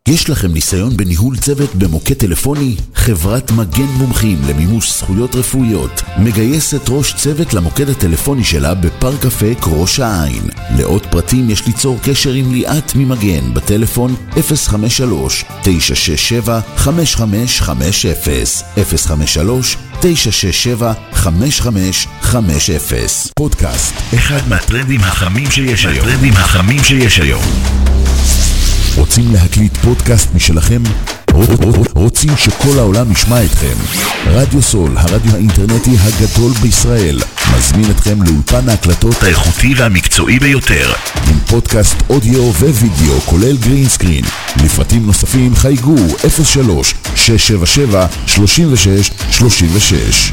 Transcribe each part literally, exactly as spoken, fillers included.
יש לכם ניסיון בניהול צוות במוקד טלפוני? חברת מגן מומחים למימוש זכויות רפואיות מגייסת ראש צוות למוקד הטלפוני שלה בפארק אפק ראש העין. לעוד פרטים יש ליצור קשר עם ליאת ממגן בטלפון אפס חמש שלוש תשע שש שבע חמש חמש חמש אפס אפס חמש שלוש תשע שש שבע חמש חמש חמש אפס. פודקאסט, אחד מהטרנדים החמים שיש היום. מהטרנדים החמים שיש היום. רוצים להקליט פודקאסט משלכם? רוצים שכל העולם ישמע אתכם? רדיו סול, הרדיו האינטרנטי הגדול בישראל, מזמין אתכם לאולפן ההקלטות האיכותי והמקצועי ביותר, עם פודקאסט אודיו ווידאו כולל גרין סקרין. לפרטים נוספים חייגו אפס שלוש שש שבע שבע שלוש שש שלוש שש.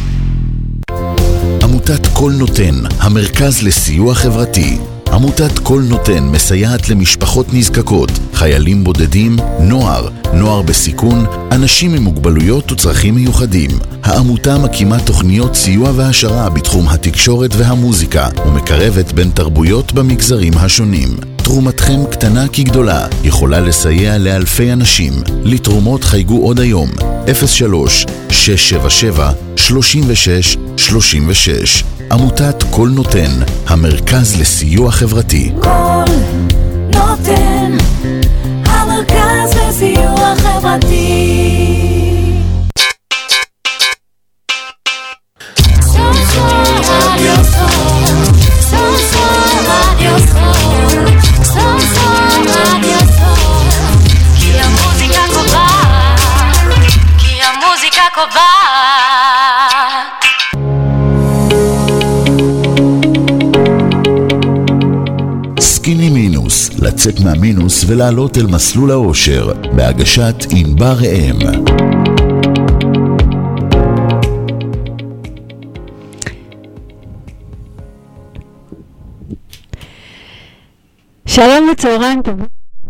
עמותת כל נותן, המרכז לסיוע חברתי. עמותת כל נותן מסייעת למשפחות נזקקות, חיילים בודדים, נוער, נוער בסיכון, אנשים עם מוגבלויות וצרכים מיוחדים. העמותה מקימה תוכניות סיוע והשרה בתחום התקשורת והמוזיקה ומקרבת בין תרבויות במגזרים השונים. תרומתכם קטנה כגדולה יכולה לסייע לאלפי אנשים. לתרומות חייגו עוד היום אפס שלוש שש שבע שבע שלוש שש שלוש שש. עמותת כל נותן, המרכז לסיוע חברתי. כל נותן, המרכז לסיוע חברתי. כי המוזיקה קובעת, כי המוזיקה קובעת. סקיני מינוס, לצאת מהמינוס ולעלות אל מסלול האושר, בהגשת ענבר ראם. שלום וצהריים טובים.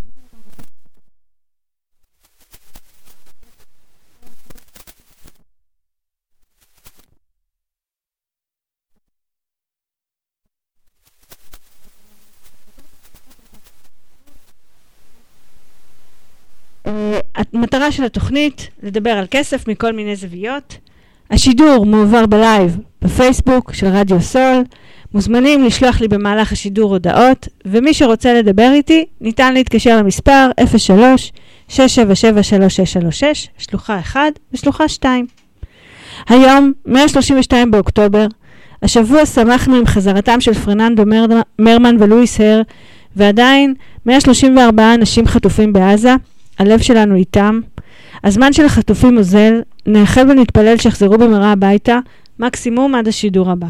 המטרה של התוכנית לדבר על כסף מכל מיני זוויות. השידור מועבר בלייב בפייסבוק של רדיו סול. מוזמנים לשלוח לי במהלך השידור הודעות, ומי שרוצה לדבר איתי ניתן להתקשר למספר אפס שלוש שש שבע שבע שלוש שש שלוש שש, שלוחה אחת ושלוחה שתיים. היום, מאה שלושים ושתיים באוקטובר, השבוע שמחנו עם חזרתם של פרננדו מרמן ולואיס הר, ועדיין מאה שלושים וארבעה אנשים חטופים בעזה. הלב שלנו איתם. הזמן של החטופים מוזל, נאחל ונתפלל שיחזרו במהרה הביתה, מקסימום עד השידור הבא.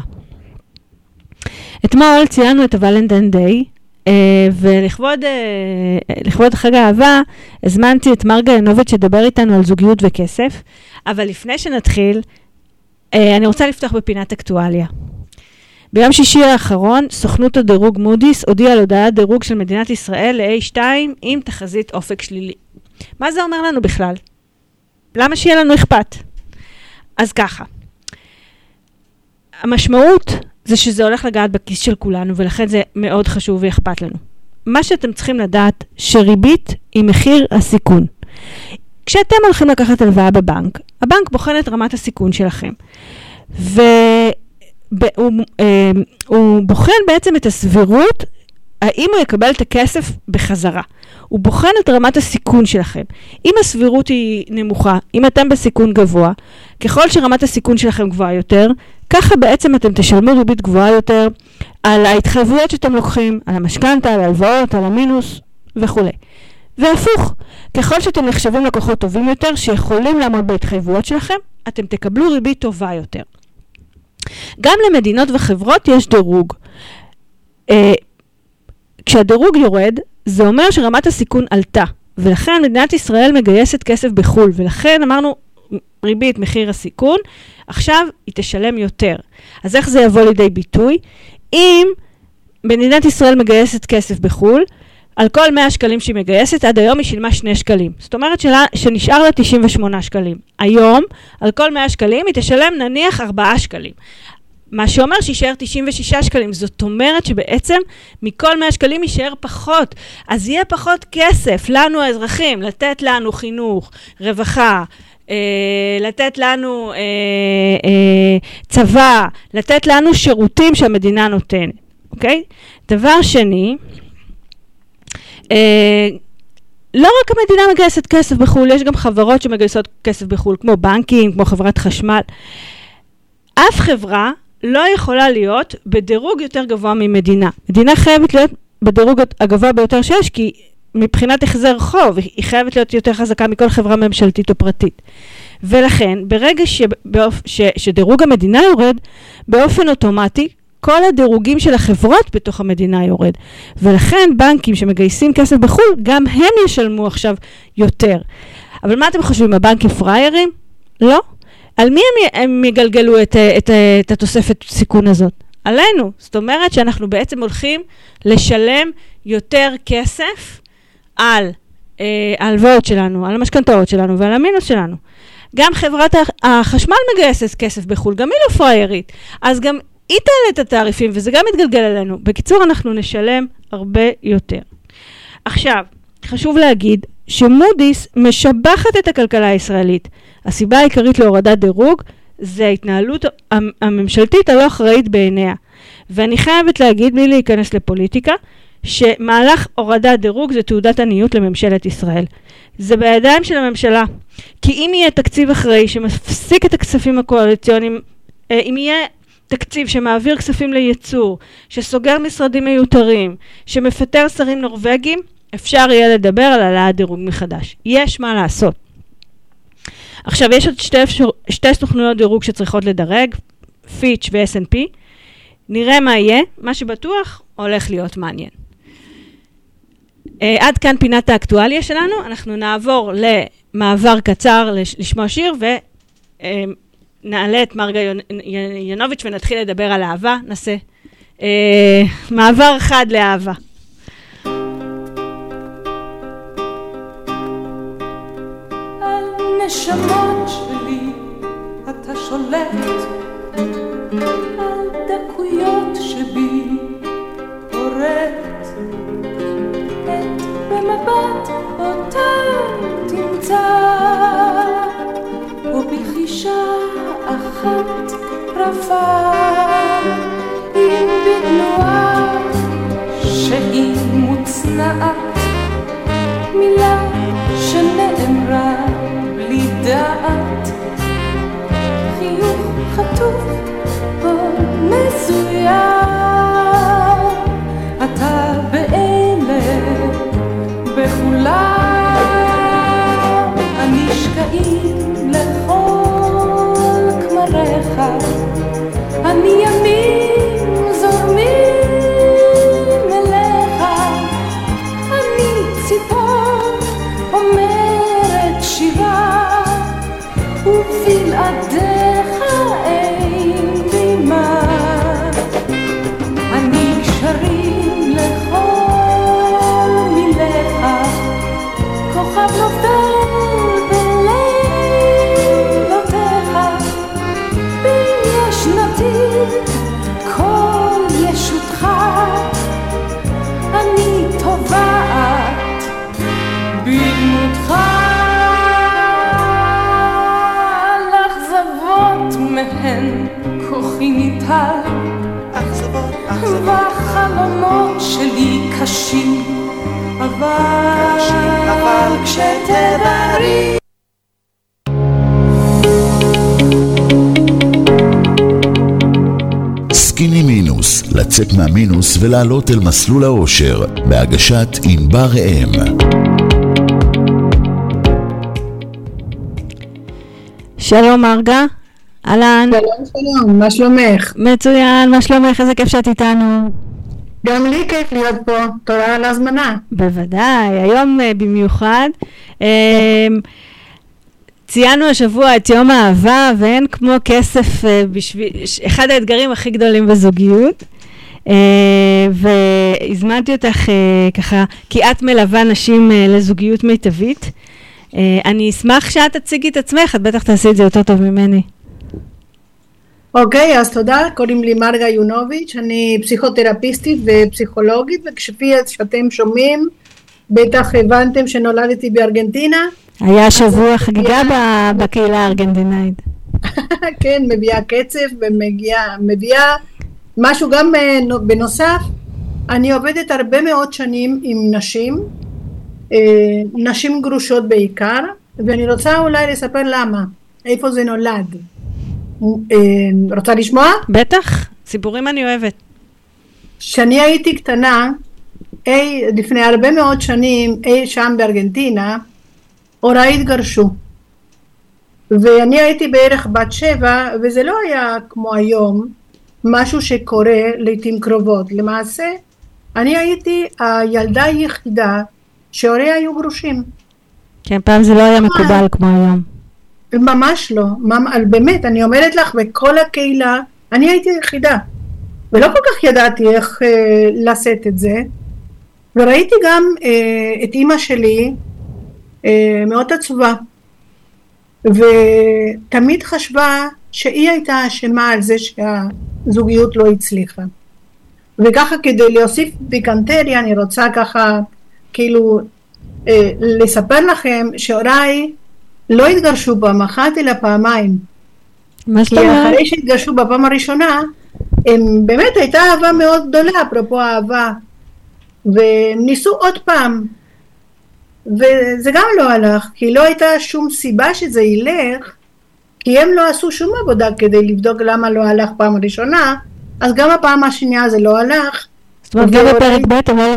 אתמול ציינו את הוולנטיין דיי, ולכבוד לכבוד חג האהבה, הזמנתי את מרגה ינוביץ' שדבר איתנו על זוגיות וכסף, אבל לפני שנתחיל, אני רוצה לפתוח בפינת אקטואליה. ביום שישי האחרון, סוכנות הדירוג מודי'ס הודיעה על הודעת דירוג של מדינת ישראל ל-איי שתיים עם תחזית אופק שלילי. מה זה אומר לנו בכלל? למה שיהיה לנו אכפת? אז ככה. המשמעות זה שזה הולך לגעת בכיס של כולנו, ולכן זה מאוד חשוב ואכפת לנו. מה שאתם צריכים לדעת, שריבית היא מחיר הסיכון. כשאתם הולכים לקחת הלוואה בבנק, הבנק בוחן את רמת הסיכון שלכם. ו... הוא, הוא בוחן בעצם את הסבירות, האם הוא יקבל את הכסף בחזרה. הוא בוחן את רמת הסיכון שלכם. אם הסבירות היא נמוכה, אם אתם בסיכון גבוה, ככל שרמת הסיכון שלכם גבוהה יותר, ככה בעצם אתם תשלמו ריבית גבוהה יותר, על ההתחייבויות שאתם לוקחים, על המשכנתה, על ההלוואות, על המינוס וכו'. והפוך, ככל שאתם נחשבים לקוחות טובים יותר, שיכולים לעמוד בהתחייבויות שלכם, אתם תקבלו ריבית טובה יותר. גם למדינות וחברות יש דירוג. אה, כשהדירוג יורד, זה אומר שרמת הסיכון עלתה, ולכן מדינת ישראל מגייסת כסף בחול, ולכן אמרנו ריבית מחיר הסיכון, עכשיו היא תשלם יותר. אז איך זה יבוא לידי ביטוי? אם מדינת ישראל מגייסת כסף בחול, על כל מאה שקלים שהיא מגייסת, עד היום היא שילמה שני שקלים. זאת אומרת שלה, שנשאר לה תשעים ושמונה שקלים. היום, על כל מאה שקלים, היא תשלם נניח ארבעה שקלים. מה שאומר שישאר תשעים ושישה שקלים. זאת אומרת שבעצם מכל מאה שקלים יישאר פחות. אז יהיה פחות כסף לנו האזרחים, לתת לנו חינוך, רווחה, אה, לתת לנו אה, אה, צבא, לתת לנו שירותים שהמדינה נותנת. אוקיי? דבר שני, אה, לא רק המדינה מגייסת כסף בחול, יש גם חברות שמגייסות כסף בחול, כמו בנקים, כמו חברת חשמל. אף חברה לא יכולה להיות בדירוג יותר גבוה ממדינה. מדינה חייבת להיות בדירוג הגבוה ביותר שיש, כי מבחינת החזר חוב, היא חייבת להיות יותר חזקה מכל חברה ממשלתית או פרטית. ולכן, ברגע שבאופ... ש... שדירוג המדינה יורד, באופן אוטומטי, כל הדירוגים של החברות בתוך המדינה יורד. ולכן בנקים שמגייסים כסף בחול, גם הם ישלמו עכשיו יותר. אבל מה אתם חושבים, הבנקים פריירים? לא. על מי הם, הם יגלגלו את, את, את התוספת סיכון הזאת? עלינו. זאת אומרת שאנחנו בעצם הולכים לשלם יותר כסף על ההלוואות שלנו, על המשכנתאות שלנו ועל המינוס שלנו. גם חברת החשמל מגייסת כסף בחול, גם היא לא פריירית. אז גם היא תעלה את התעריפים, וזה גם מתגלגל עלינו. בקיצור, אנחנו נשלם הרבה יותר. עכשיו, חשוב להגיד שמודי'ס משבחת את הכלכלה הישראלית. הסיבה העיקרית להורדת דירוג זה ההתנהלות הממשלתית הלא אחראית בעיניה. ואני חייבת להגיד, בלי להיכנס לפוליטיקה, שמהלך הורדת דירוג זה תעודת עניות לממשלת ישראל. זה בידיים של הממשלה. כי אם יהיה תקציב אחראי שמפסיק את הכספים הקואליציוניים, אם יהיה תקציב שמעביר כספים לייצור, שסוגר משרדים מיותרים, שמפטר שרים נורווגים, אפשר יהיה לדבר על העלאת דירוג מחדש. יש מה לעשות. עכשיו, יש עוד שתי, אפשר, שתי סוכנויות דירוג שצריכות לדרג, פיץ' ו-אס אנד פי. נראה מה יהיה, מה שבטוח הולך להיות מעניין. Uh, עד כאן פינת האקטואליה שלנו, אנחנו נעבור למעבר קצר לשמוע שיר, ונעלה uh, את מרגה ינוביץ' ונתחיל לדבר על אהבה. נעשה uh, מעבר אחד לאהבה. נשמות שלי, אתה שולט על דקויות שבי, פורט את במבט אותם תמצא, ובלחישה אחת רפה, עם בתנועה שהיא מוצנעת, מילה שנאמרה בלי דעת, חיוך חטוף או מזויר, אתה באלה בכולם הנשקעים לכל כמריך, אני ימים זורמים אליך, אני ציפור אומרת שירה, ובלעדיך אין לי מה, אני שרים לכל מיליך, כוכב נופל בלילותיך, בין ישנתי כל ישותך, אני טובעת בדמותך, מהן כוחי ניטל, והחלומות שלי קשים, אבל כשתדברי סקיני מינוס, לצאת מהמינוס ולעלות אל מסלול האושר, בהגשת ענבר ראם. שלום מרגה. אהלן. שלום שלום, מה שלומך? מצוין, מה שלומך? איזה כיף שאת איתנו. גם לי כיף להיות פה, תודה על ההזמנה. בוודאי, היום uh, במיוחד. Uh, ציינו השבוע את יום האהבה, ואין כמו כסף uh, בשביל, אחד האתגרים הכי גדולים בזוגיות. Uh, והזמנתי אותך uh, ככה, כי את מלווה נשים uh, לזוגיות מיטבית. Uh, אני אשמח שאת תציגי את עצמך, את בטח תעשי את זה יותר טוב ממני. אוקיי, אז תודה, קוראים לי מרגה יונוביץ', אני פסיכותרפיסטית ופסיכולוגית, וכפי שאתם שומעים, בטח הבנתם שנולדתי בארגנטינה. היה שבוע חגיגה בקהילה הארגנטינאית. כן, מביאה קצב ומביאה משהו גם בנוסף. אני עובדת הרבה מאוד שנים עם נשים, נשים גרושות בעיקר, ואני רוצה אולי לספר למה, איפה זה נולד. רוצה לשמוע? בטח, סיפורים אני אוהבת. כשאני הייתי קטנה, אי, לפני הרבה מאוד שנים, אי שם בארגנטינה, הוריי התגרשו. ואני הייתי בערך בת שבע, וזה לא היה כמו היום, משהו שקורה לעתים קרובות. למעשה, אני הייתי הילדה היחידה שהוריי היו גרושים. כן, פעם זה לא היה מקובל כמו היום. ממש לא, באמת, אני אומרת לך, בכל הקהילה, אני הייתי יחידה, ולא כל כך ידעתי איך אה, לשאת את זה, וראיתי גם אה, את אמא שלי אה, מאוד עצובה, ותמיד חשבה שהיא הייתה אשמה על זה שהזוגיות לא הצליחה. וככה כדי להוסיף פיקנטריה, אני רוצה ככה כאילו אה, לספר לכם שהוריי לא התגרשו פעם אחת אלא פעמיים. מה זאת אומרת? אומרת? כי אחרי שהתגרשו בפעם הראשונה, הם באמת הייתה אהבה מאוד גדולה, אפרופו אהבה, והם ניסו עוד פעם, וזה גם לא הלך, כי לא הייתה שום סיבה שזה ילך, כי הם לא עשו שום עבודה כדי לבדוק למה לא הלך פעם ראשונה, אז גם הפעם השנייה זה לא הלך. זאת אומרת, גם בפרק ב' אבל...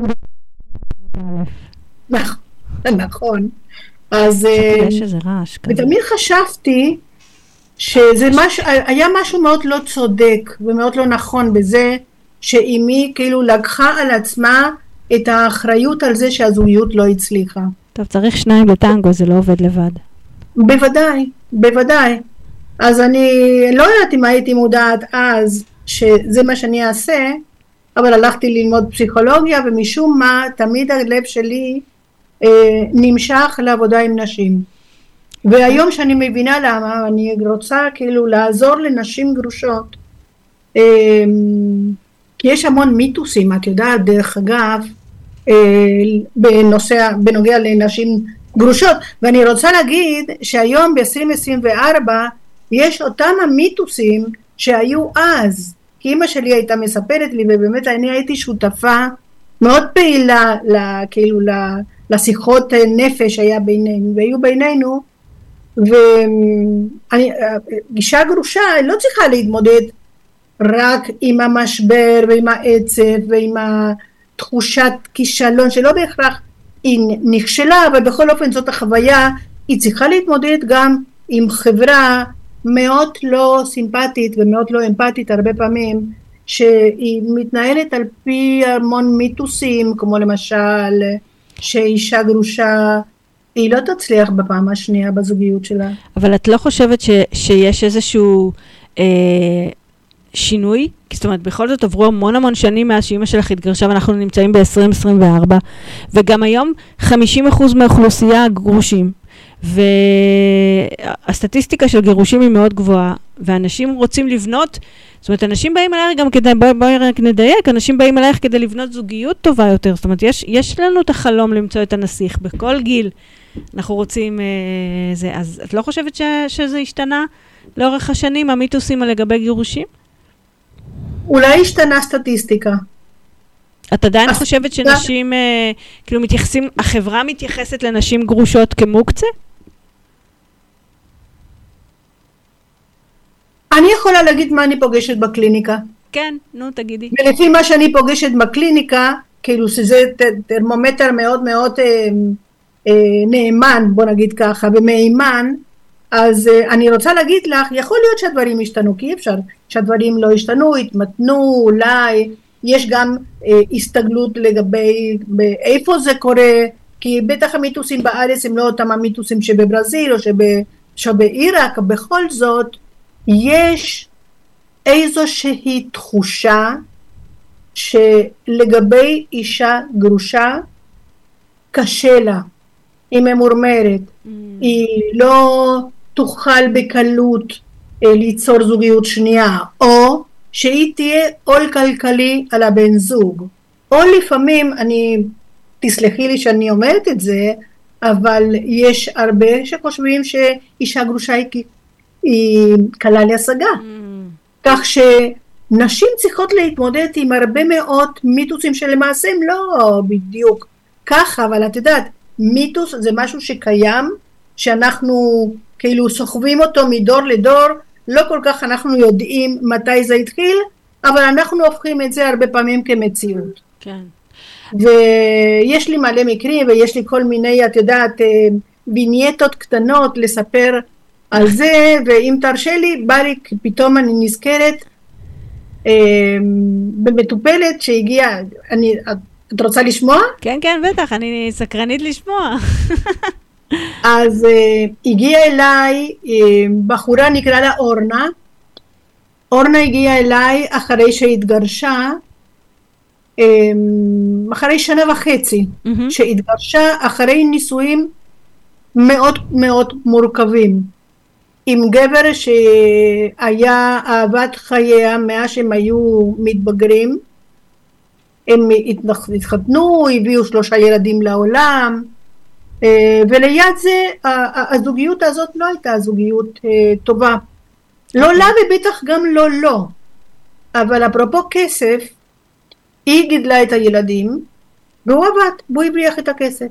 נכון. אז יש איזה רעש כזה. ותמיד חשבתי שזה מש... היה משהו מאוד לא צודק ומאוד לא נכון בזה שאימי כאילו לקחה על עצמה את האחריות על זה שהזוגיות לא הצליחה. טוב, צריך שניים בטנגו, זה לא עובד לבד. בוודאי, בוודאי. אז אני לא יודעת אם הייתי מודעת אז שזה מה שאני אעשה, אבל הלכתי ללמוד פסיכולוגיה ומשום מה תמיד הלב שלי אה, נמשך לעבודה עם נשים. והיום שאני מבינה למה, אני רוצה כאילו לעזור לנשים גרושות, אה, כי יש המון מיתוסים, את יודעת, דרך אגב, אה, בנושא, בנוגע לנשים גרושות, ואני רוצה להגיד שהיום ב-עשרים עשרים וארבע יש אותם המיתוסים שהיו אז, כי אמא שלי הייתה מספרת לי, ובאמת אני הייתי שותפה מאוד פעילה, לה, כאילו לשיחות נפש היה בינינו, והיו בינינו, וגישה גרושה לא צריכה להתמודד רק עם המשבר ועם העצב ועם התחושת כישלון שלא בהכרח היא נכשלה, אבל בכל אופן זאת החוויה, היא צריכה להתמודד גם עם חברה מאוד לא סימפטית ומאוד לא אמפתית הרבה פעמים, שהיא מתנהלת על פי המון מיתוסים, כמו למשל שאישה גרושה היא לא תצליח בפעם השנייה בזוגיות שלה. אבל את לא חושבת ש, שיש איזשהו אה, שינוי? זאת אומרת, בכל זאת עברו המון המון שנים מאז שאמא שלך התגרשה, ואנחנו נמצאים ב-עשרים עשרים וארבע, וגם היום חמישים אחוז מהאוכלוסייה גרושים, והסטטיסטיקה של גירושים היא מאוד גבוהה, ואנשים רוצים לבנות, זאת אומרת, אנשים באים אליך גם כדי, בואי בוא רק נדייק, אנשים באים אליך כדי לבנות זוגיות טובה יותר, זאת אומרת, יש, יש לנו את החלום למצוא את הנסיך, בכל גיל אנחנו רוצים אה, זה, אז את לא חושבת ש, שזה השתנה לאורך השנים, המיתוסים לגבי גירושים? אולי השתנה סטטיסטיקה. את עדיין חושבת שנשים, אה, כאילו מתייחסים, החברה מתייחסת לנשים גרושות כמוקצה? אני יכולה להגיד מה אני פוגשת בקליניקה. כן, נו, תגידי. ולפי מה שאני פוגשת בקליניקה, כאילו שזה טרמומטר מאוד מאוד אה, אה, נאמן, בוא נגיד ככה, ומאימן, אז אה, אני רוצה להגיד לך, יכול להיות שהדברים ישתנו, כי אפשר שהדברים לא ישתנו, יתמתנו, אולי, יש גם אה, הסתגלות לגבי איפה זה קורה, כי בטח המיתוסים בארץ הם לא אותם המיתוסים שבברזיל או שב, שבעיראק, בכל זאת, יש איזושהי תחושה שלגבי אישה גרושה קשה לה, היא ממורמרת, mm. היא לא תוכל בקלות ליצור זוגיות שנייה, או שהיא תהיה עול כלכלי על הבן זוג. או לפעמים, אני, תסלחי לי שאני אומרת את זה, אבל יש הרבה שחושבים שאישה גרושה היא, היא קלה להשגה. Mm. כך שנשים צריכות להתמודד עם הרבה מאוד מיתוסים שלמעשה הם לא בדיוק ככה, אבל את יודעת, מיתוס זה משהו שקיים, שאנחנו כאילו סוחבים אותו מדור לדור, לא כל כך אנחנו יודעים מתי זה התחיל, אבל אנחנו הופכים את זה הרבה פעמים כמציאות. כן. ויש לי מלא מקרים, ויש לי כל מיני, את יודעת, וינייטות קטנות לספר על זה, ואם תרשה לי, בא לי, פתאום אני נזכרת, במטופלת שהגיעה, אני, את רוצה לשמוע? כן, כן, בטח, אני סקרנית לשמוע. אז uh, הגיעה אליי uh, בחורה נקרא לה אורנה. אורנה הגיעה אליי אחרי שהתגרשה, um, אחרי שנה וחצי, mm-hmm. שהתגרשה אחרי נישואים מאוד מאוד מורכבים, עם גבר שהיה אהבת חייה מאז שהם היו מתבגרים. הם התחתנו, הביאו שלושה ילדים לעולם, וליד זה הזוגיות הזאת לא הייתה זוגיות טובה, לא לה ובטח גם לא לא, אבל אפרופו כסף, היא גידלה את הילדים והוא עבד, והוא הבריח את הכסף,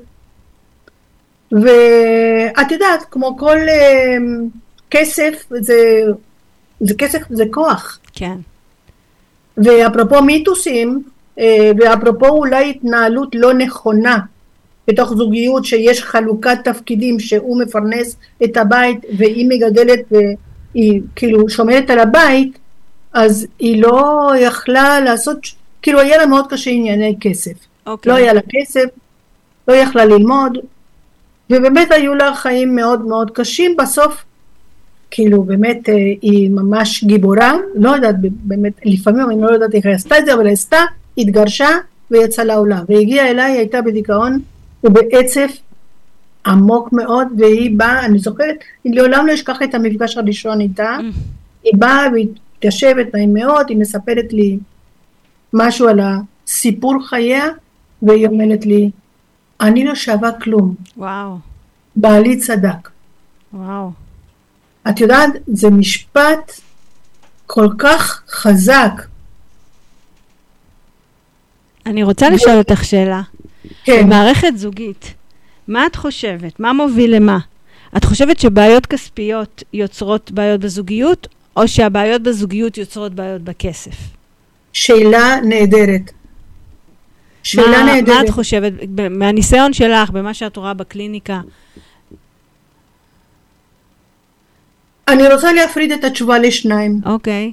ואת יודעת, כמו כל כסף, זה, זה כסף, זה כוח. כן. ואפרופו מיתוסים, ואפרופו אולי התנהלות לא נכונה בתוך זוגיות, שיש חלוקת תפקידים, שהוא מפרנס את הבית והיא מגדלת והיא כאילו שומרת על הבית, אז היא לא יכלה לעשות, כאילו היה לה מאוד קשה ענייני כסף. Okay. לא היה לה כסף, לא יכלה ללמוד, ובאמת היו לה חיים מאוד מאוד קשים. בסוף, כאילו באמת היא ממש גיבורה, לא יודעת באמת, לפעמים אני לא יודעת איך היא עשתה את זה, אבל היא עשתה, התגרשה ויצאה לעולם, והגיעה אליי, היא הייתה בדיכאון ובעצב עמוק מאוד, והיא באה, אני זוכרת, היא לעולם לא אשכח את המפגש הראשון איתה, mm. היא באה והתיישבת נעים מאוד, היא מספרת לי משהו על הסיפור חייה, והיא אומרת לי, אני לא שווה כלום. וואו. בעלי צדק. וואו. את יודעת, זה משפט כל כך חזק. אני רוצה לשאול אותך שאלה. כן. במערכת זוגית, מה את חושבת? מה מוביל למה? את חושבת שבעיות כספיות יוצרות בעיות בזוגיות, או שהבעיות בזוגיות יוצרות בעיות בכסף? שאלה נהדרת. שאלה מה, נהדרת. מה את חושבת, מהניסיון שלך, במה שאת רואה בקליניקה? אני רוצה להפריד את התשובה לשניים. אוקיי.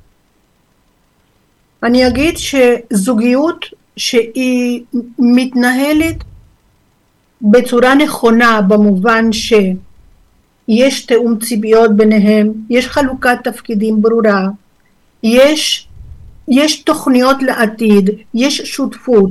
אני אגיד שזוגיות שהיא מתנהלת בצורה נכונה, במובן שיש תאום ציפיות ביניהם, יש חלוקת תפקידים ברורה, יש, יש תוכניות לעתיד, יש שותפות,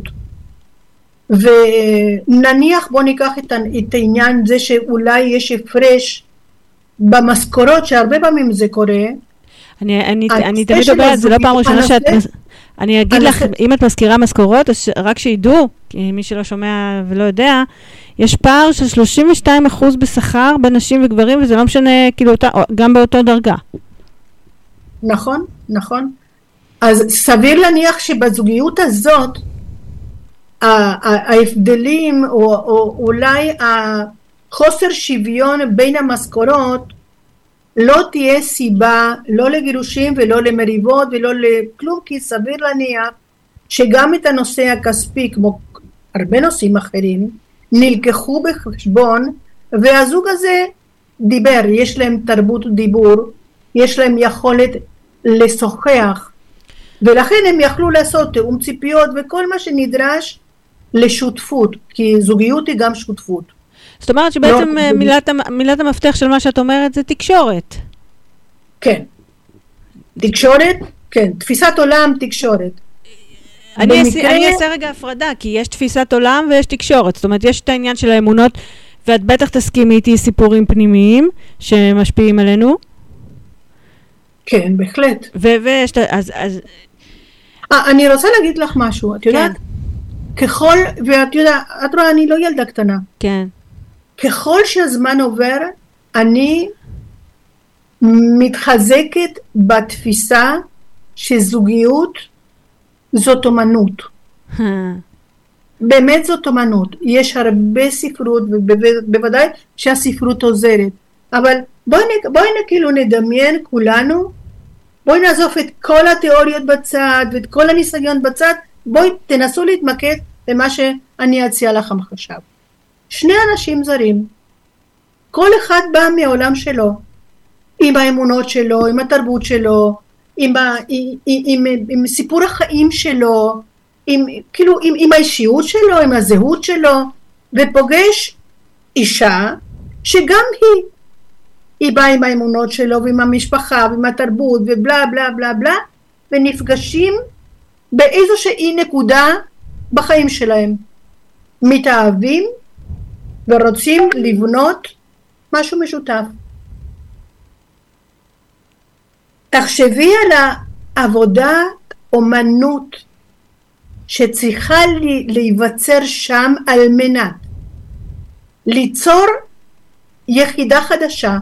ונניח בוא ניקח את, את העניין זה שאולי יש הפרש במשכורות, שהרבה פעמים זה קורה. אני, אני, אני תמיד אומרת, זה לא פעם ראשונה שאת... אני אגיד לך, אם את מזכירה משכורות, רק שידעו, כי מי שלא שומע ולא יודע, יש פער של שלושים ושתיים אחוז בשכר בין נשים וגברים, וזה לא משנה, כאילו, גם באותו דרגה. נכון, נכון. אז סביר להניח שבזוגיות הזאת, ההבדלים, או, או אולי החוסר שוויון בין המשכורות, לא תהיה סיבה, לא לגירושים ולא למריבות ולא לכלום, כי סביר להניח שגם את הנושא הכספי, כמו הרבה נושאים אחרים, נלקחו בחשבון, והזוג הזה דיבר, יש להם תרבות דיבור, יש להם יכולת לשוחח, ולכן הם יכלו לעשות תאום ציפיות וכל מה שנדרש לשותפות, כי זוגיות היא גם שותפות. זאת אומרת שבעצם לא, מילת, מילת המפתח של מה שאת אומרת זה תקשורת. כן. תקשורת, כן. תפיסת עולם, תקשורת. אני, במקרה... אני אעשה רגע הפרדה, כי יש תפיסת עולם ויש תקשורת. זאת אומרת, יש את העניין של האמונות, ואת בטח תסכימי איתי סיפורים פנימיים שמשפיעים עלינו. כן, בהחלט. ויש, אז, אז... 아, אני רוצה להגיד לך משהו, את יודעת? כן. ככל, ואת יודעת, את רואה, אני לא ילדה קטנה. כן. ככל שהזמן עובר, אני מתחזקת בתפיסה שזוגיות זאת אומנות. באמת זאת אומנות. יש הרבה ספרות, ובוודאי שהספרות עוזרת. אבל בואי, בואי כאילו נדמיין כולנו, בואי נעזוב את כל התיאוריות בצד, ואת כל הניסיון בצד, בואי תנסו להתמקד במה שאני אציע לכם עכשיו. שני אנשים זרים, כל אחד בא מעולם שלו, עם האמונות שלו, עם התרבות שלו, עם, ה, עם, עם, עם, עם סיפור החיים שלו, עם, כאילו, עם, עם האישיות שלו, עם הזהות שלו, ופוגש אישה שגם היא, היא באה עם האמונות שלו, ועם המשפחה, ועם התרבות, ובלה בלה בלה בלה, ונפגשים באיזושהי נקודה בחיים שלהם. מתאהבים ורוצים לבנות משהו משותף. תחשבי על העבודה אומנות שצריכה להיווצר שם על מנת ליצור יחידה חדשה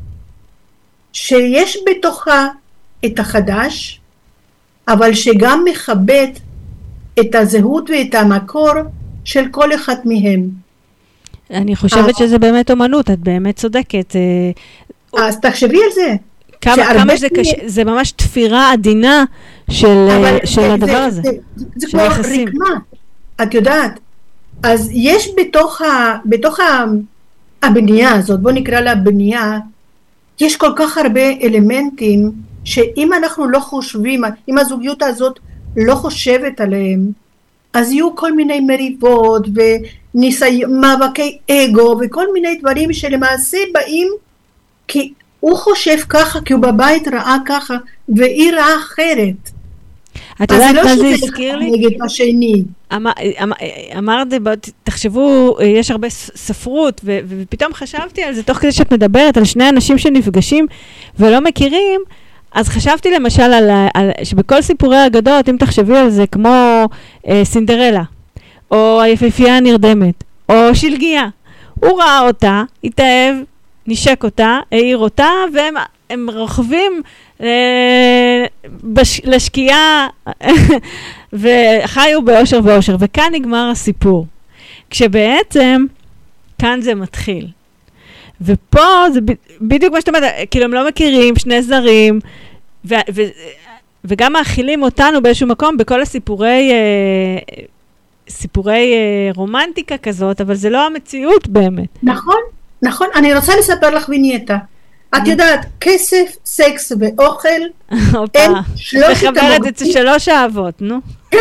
שיש בתוכה את החדש, אבל שגם מכבד את הזהות ואת המקור של כל אחד מהם. אני חושבת שזה באמת אומנות, את באמת צודקת. אז תחשבי על זה. כמה, כמה זה קשה, זה ממש תפירה עדינה של, של זה, הדבר הזה. זה, זה, זה כבר רקמה, את יודעת. אז יש בתוך, ה, בתוך ה, הבנייה הזאת, בוא נקרא לה בנייה, יש כל כך הרבה אלמנטים, שאם אנחנו לא חושבים, אם הזוגיות הזאת לא חושבת עליהם, אז יהיו כל מיני מריבות ומאבקי אגו וכל מיני דברים שלמעשה באים כי הוא חושב ככה, כי הוא בבית ראה ככה והיא ראה אחרת. את יודעת מה זה הזכיר לי? נגד השני. אמרת, תחשבו, יש הרבה ספרות ופתאום חשבתי על זה תוך כדי שאת מדברת על שני אנשים שנפגשים ולא מכירים, אז חשבתי למשל על, על, שבכל סיפורי האגדות, אם תחשבי על זה, כמו אה, סינדרלה, או היפהפייה הנרדמת, או שלגיה. הוא ראה אותה, התאהב, נשק אותה, העיר אותה, והם הם רוכבים אה, בש, לשקיעה, וחיו באושר ואושר. וכאן נגמר הסיפור. כשבעצם, כאן זה מתחיל. ופה זה בדיוק מה שאתה אומרת, כאילו הם לא מכירים, שני זרים, ו- ו- וגם מאכילים אותנו באיזשהו מקום בכל הסיפורי, אה, סיפורי אה, רומנטיקה כזאת, אבל זה לא המציאות באמת. נכון, נכון. אני רוצה לספר לך וינייטה. את יודעת, כסף, סקס ואוכל, הם שלושת המוגעים. מחברת את שלוש האהבות, נו. כן.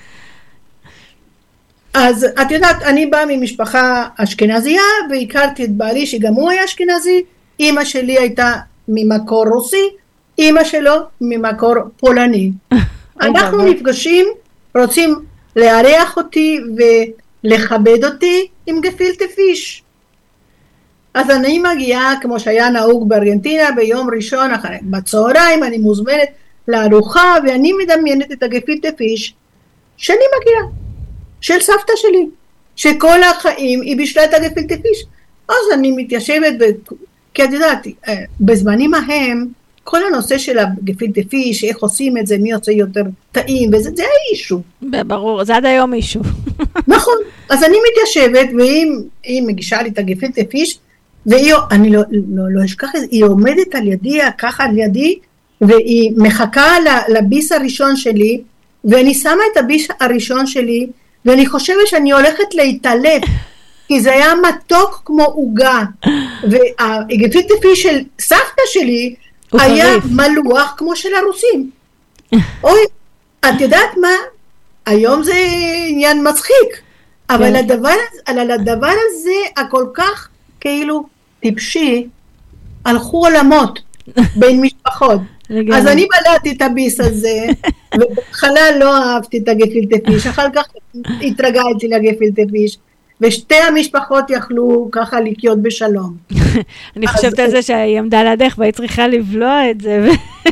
אז את יודעת, אני באה ממשפחה אשכנזייה, והכרתי את בעלי שגם הוא היה אשכנזי, אמא שלי הייתה ממקור רוסי, אמא שלו ממקור פולני. אנחנו נפגשים, רוצים לארח אותי ולכבד אותי עם גפילטה פיש. אז אני מגיעה, כמו שהיה נהוג בארגנטינה, ביום ראשון, אחרי, בצהריים, אני מוזמנת לארוחה, ואני מדמיינת את הגפילטה פיש, שאני מגיעה. של סבתא שלי, שכל החיים היא בישלה את הגפילטה פיש. אז אני מתיישבת, ב... כי את יודעת, בזמנים ההם, כל הנושא של הגפילטה פיש, איך עושים את זה, מי עושה יותר טעים, וזה זה היה אישו. ברור, זה עד היום אישו. נכון, אז אני מתיישבת, והיא מגישה לי את הגפילטה פיש, והיא, אני לא, לא, לא אשכח, היא עומדת על ידי, ככה על ידי, והיא מחכה לביס הראשון שלי, ואני שמה את הביס הראשון שלי, ואני חושבת שאני הולכת להתעלף, כי זה היה מתוק כמו עוגה, והגפילטה פיש של סבתא שלי, היה מלוח כמו של הרוסים. אוי, את יודעת מה? היום זה עניין מצחיק, אבל הדבר, על הדבר הזה, הכל כך כאילו טיפשי, הלכו עולמות בין משפחות. אז אני בלעתי את הביס הזה, ובהתחלה לא אהבתי את הגפילטה פיש, אחר כך התרגלתי לגפילטה פיש, ושתי המשפחות יכלו ככה לחיות בשלום. אני חושבת על זה שהיא עמדה לידך, והיא צריכה לבלוע את זה.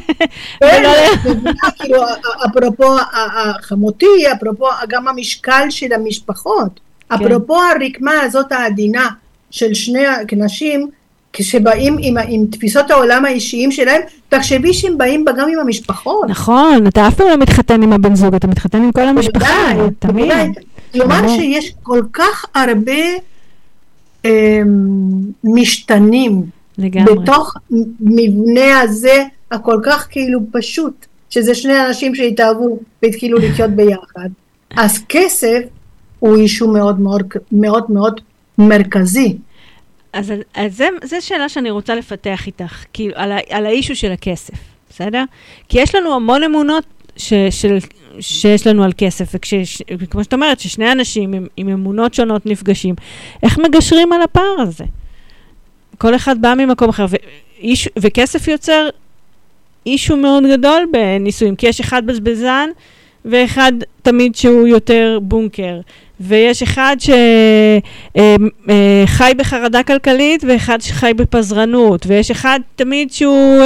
כאילו, אפרופו החמותי, אפרופו גם המשקל של המשפחות, אפרופו הרקמה הזאת העדינה של שני נשים, כשבאים עם, עם תפיסות העולם האישיים שלהם, תחשבי שהם באים גם עם המשפחות. נכון, אתה אף פעם לא מתחתן עם הבן זוג, אתה מתחתן עם כל המשפחה, תמיד. כלומר שיש כל כך הרבה אה, משתנים, לגמרי. בתוך מבנה הזה, הכל כך כאילו פשוט, שזה שני אנשים שהתאהבו והתחילו לחיות ביחד. אז כסף הוא אישו מאוד מאוד מאוד מאוד מרכזי. אז, אז זה, זה שאלה שאני רוצה לפתח איתך, כאילו, על, על האישו של הכסף, בסדר? כי יש לנו המון אמונות ש, של, שיש לנו על כסף, וכמו שאת אומרת, ששני אנשים עם, עם אמונות שונות נפגשים, איך מגשרים על הפער הזה? כל אחד בא ממקום אחר, ואיש, וכסף יוצר אישו מאוד גדול בניסויים, כי יש אחד בזבזן, ואחד תמיד שהוא יותר בונקר, ויש אחד שחי בחרדה כלכלית, ואחד שחי בפזרנות, ויש אחד תמיד שהוא,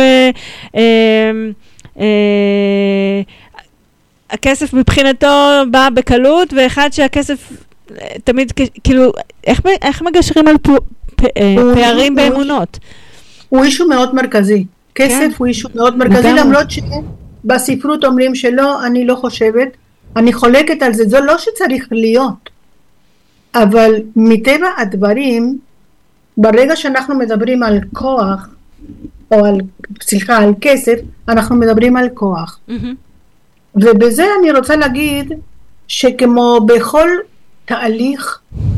הכסף מבחינתו בא בקלות, ואחד שהכסף תמיד, כאילו, איך מגשרים על פערים באמונות? הוא אישו מאוד מרכזי. כסף הוא אישו מאוד מרכזי, למרות שבספרות אומרים שלא, אני לא חושבת, אני חולקת על זה, זה לא שצריך להיות, אבל מטבע הדברים, ברגע שאנחנו מדברים על כוח, או על, סליחה, על כסף, אנחנו מדברים על כוח. ובזה אני רוצה להגיד, שכמו בכל תהליך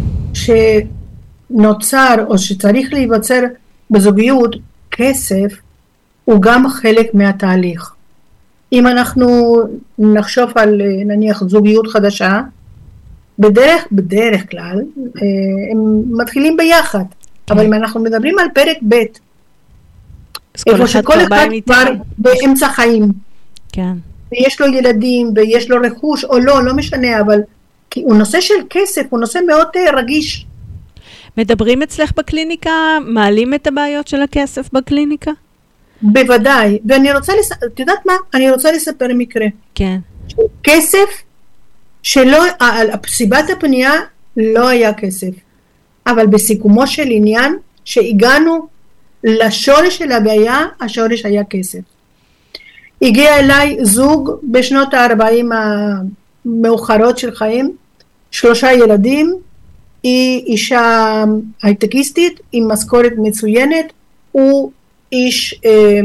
שנוצר, או שצריך להיווצר בזוגיות, כסף הוא גם חלק מהתהליך. אם אנחנו נחשוב על נניח זוגיות חדשה, בדרך, בדרך כלל, הם מתחילים ביחד. אבל אם אנחנו מדברים על פרק ב', איפה שכל אחד כבר באמצע חיים, כן. ויש לו ילדים, ויש לו רכוש, או לא, לא משנה, אבל כי הוא נושא של כסף, הוא נושא מאוד רגיש. מדברים אצלך בקליניקה, מעלים את הבעיות של הכסף בקליניקה? בוודאי, ואני רוצה, לס... את יודעת מה? אני רוצה לספר מקרה. כן. כסף, שלא, על סיבת הפנייה לא היה כסף, אבל בסיכומו של עניין, שהגענו לשורש של הבעיה, השורש היה כסף. הגיע אליי זוג בשנות ה-ארבעים המאוחרות של חיים, שלושה ילדים, היא אישה הייטקיסטית עם משכורת מצוינת, הוא איש אה,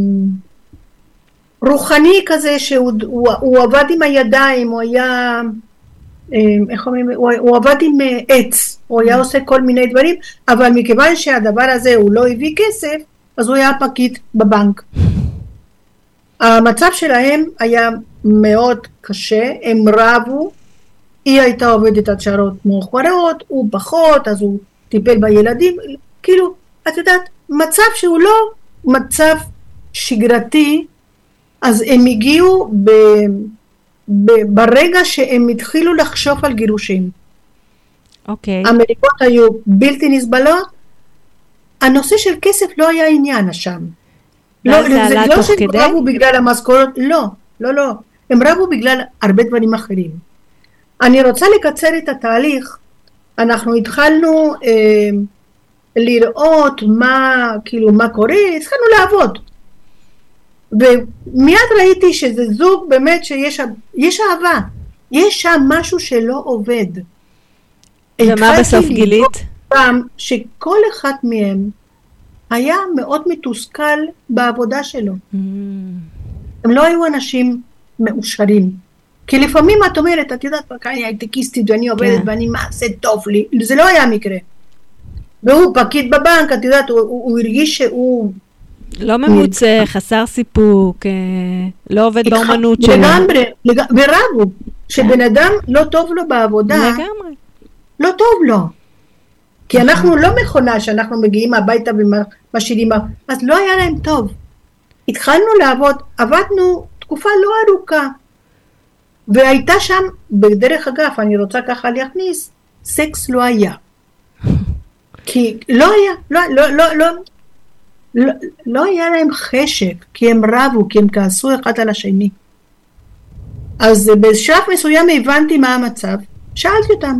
רוחני כזה שהוא הוא, הוא עבד עם הידיים, הוא היה, אה, איך אומרים, הוא, הוא עבד עם עץ, הוא היה עושה כל מיני דברים, אבל מכיוון שהדבר הזה הוא לא הביא כסף, אז הוא היה פקיד בבנק. המצב שלהם היה מאוד קשה, הם רבו, היא הייתה עובדת עד שעות מאוחרות, הוא פחות, אז הוא טיפל בילדים, כאילו, את יודעת, מצב שהוא לא מצב שגרתי, אז הם הגיעו ב, ב, ברגע שהם התחילו לחשוב על גירושים. אוקיי. Okay. המריבות היו בלתי נסבלות, הנושא של כסף לא היה עניין שם. לא, זה, זה לא שהם כדי? רבו בגלל המשכורת, לא, לא, לא. הם רבו בגלל הרבה דברים אחרים. אני רוצה לקצר את התהליך, אנחנו התחלנו אה, לראות מה, כאילו, מה קורה, התחלנו לעבוד. ומיד ראיתי שזה זוג באמת שיש יש אהבה, יש שם משהו שלא עובד. ומה בסוף גילית? פעם שכל אחד מהם היה מאוד מתוסכל בעבודה שלו. Mm. הם לא היו אנשים מאושרים. כי לפעמים את אומרת, את יודעת, אני הייטקיסטית ואני עובדת כן. ואני מעשה טוב לי, זה לא היה מקרה. והוא פקיד בבנק, את יודעת, הוא, הוא, הוא הרגיש שהוא... לא ממוצע, הוא... חסר סיפוק, לא עובד באומנות שלו. לגמרי, לג... ורבו, שבן אדם לא טוב לו בעבודה, לגמרי. לא טוב לו. כי אנחנו לא מכונה שאנחנו מגיעים הביתה ומשאירים, אז לא היה להם טוב. התחלנו לעבוד, עבדנו תקופה לא ארוכה, והייתה שם, בדרך אגב, אני רוצה ככה להכניס, סקס לא היה. כי לא היה, לא, לא, לא, לא, לא, לא היה להם חשק, כי הם רבו, כי הם כעסו אחד על השני. אז בשלב מסוים הבנתי מה המצב, שאלתי אותם,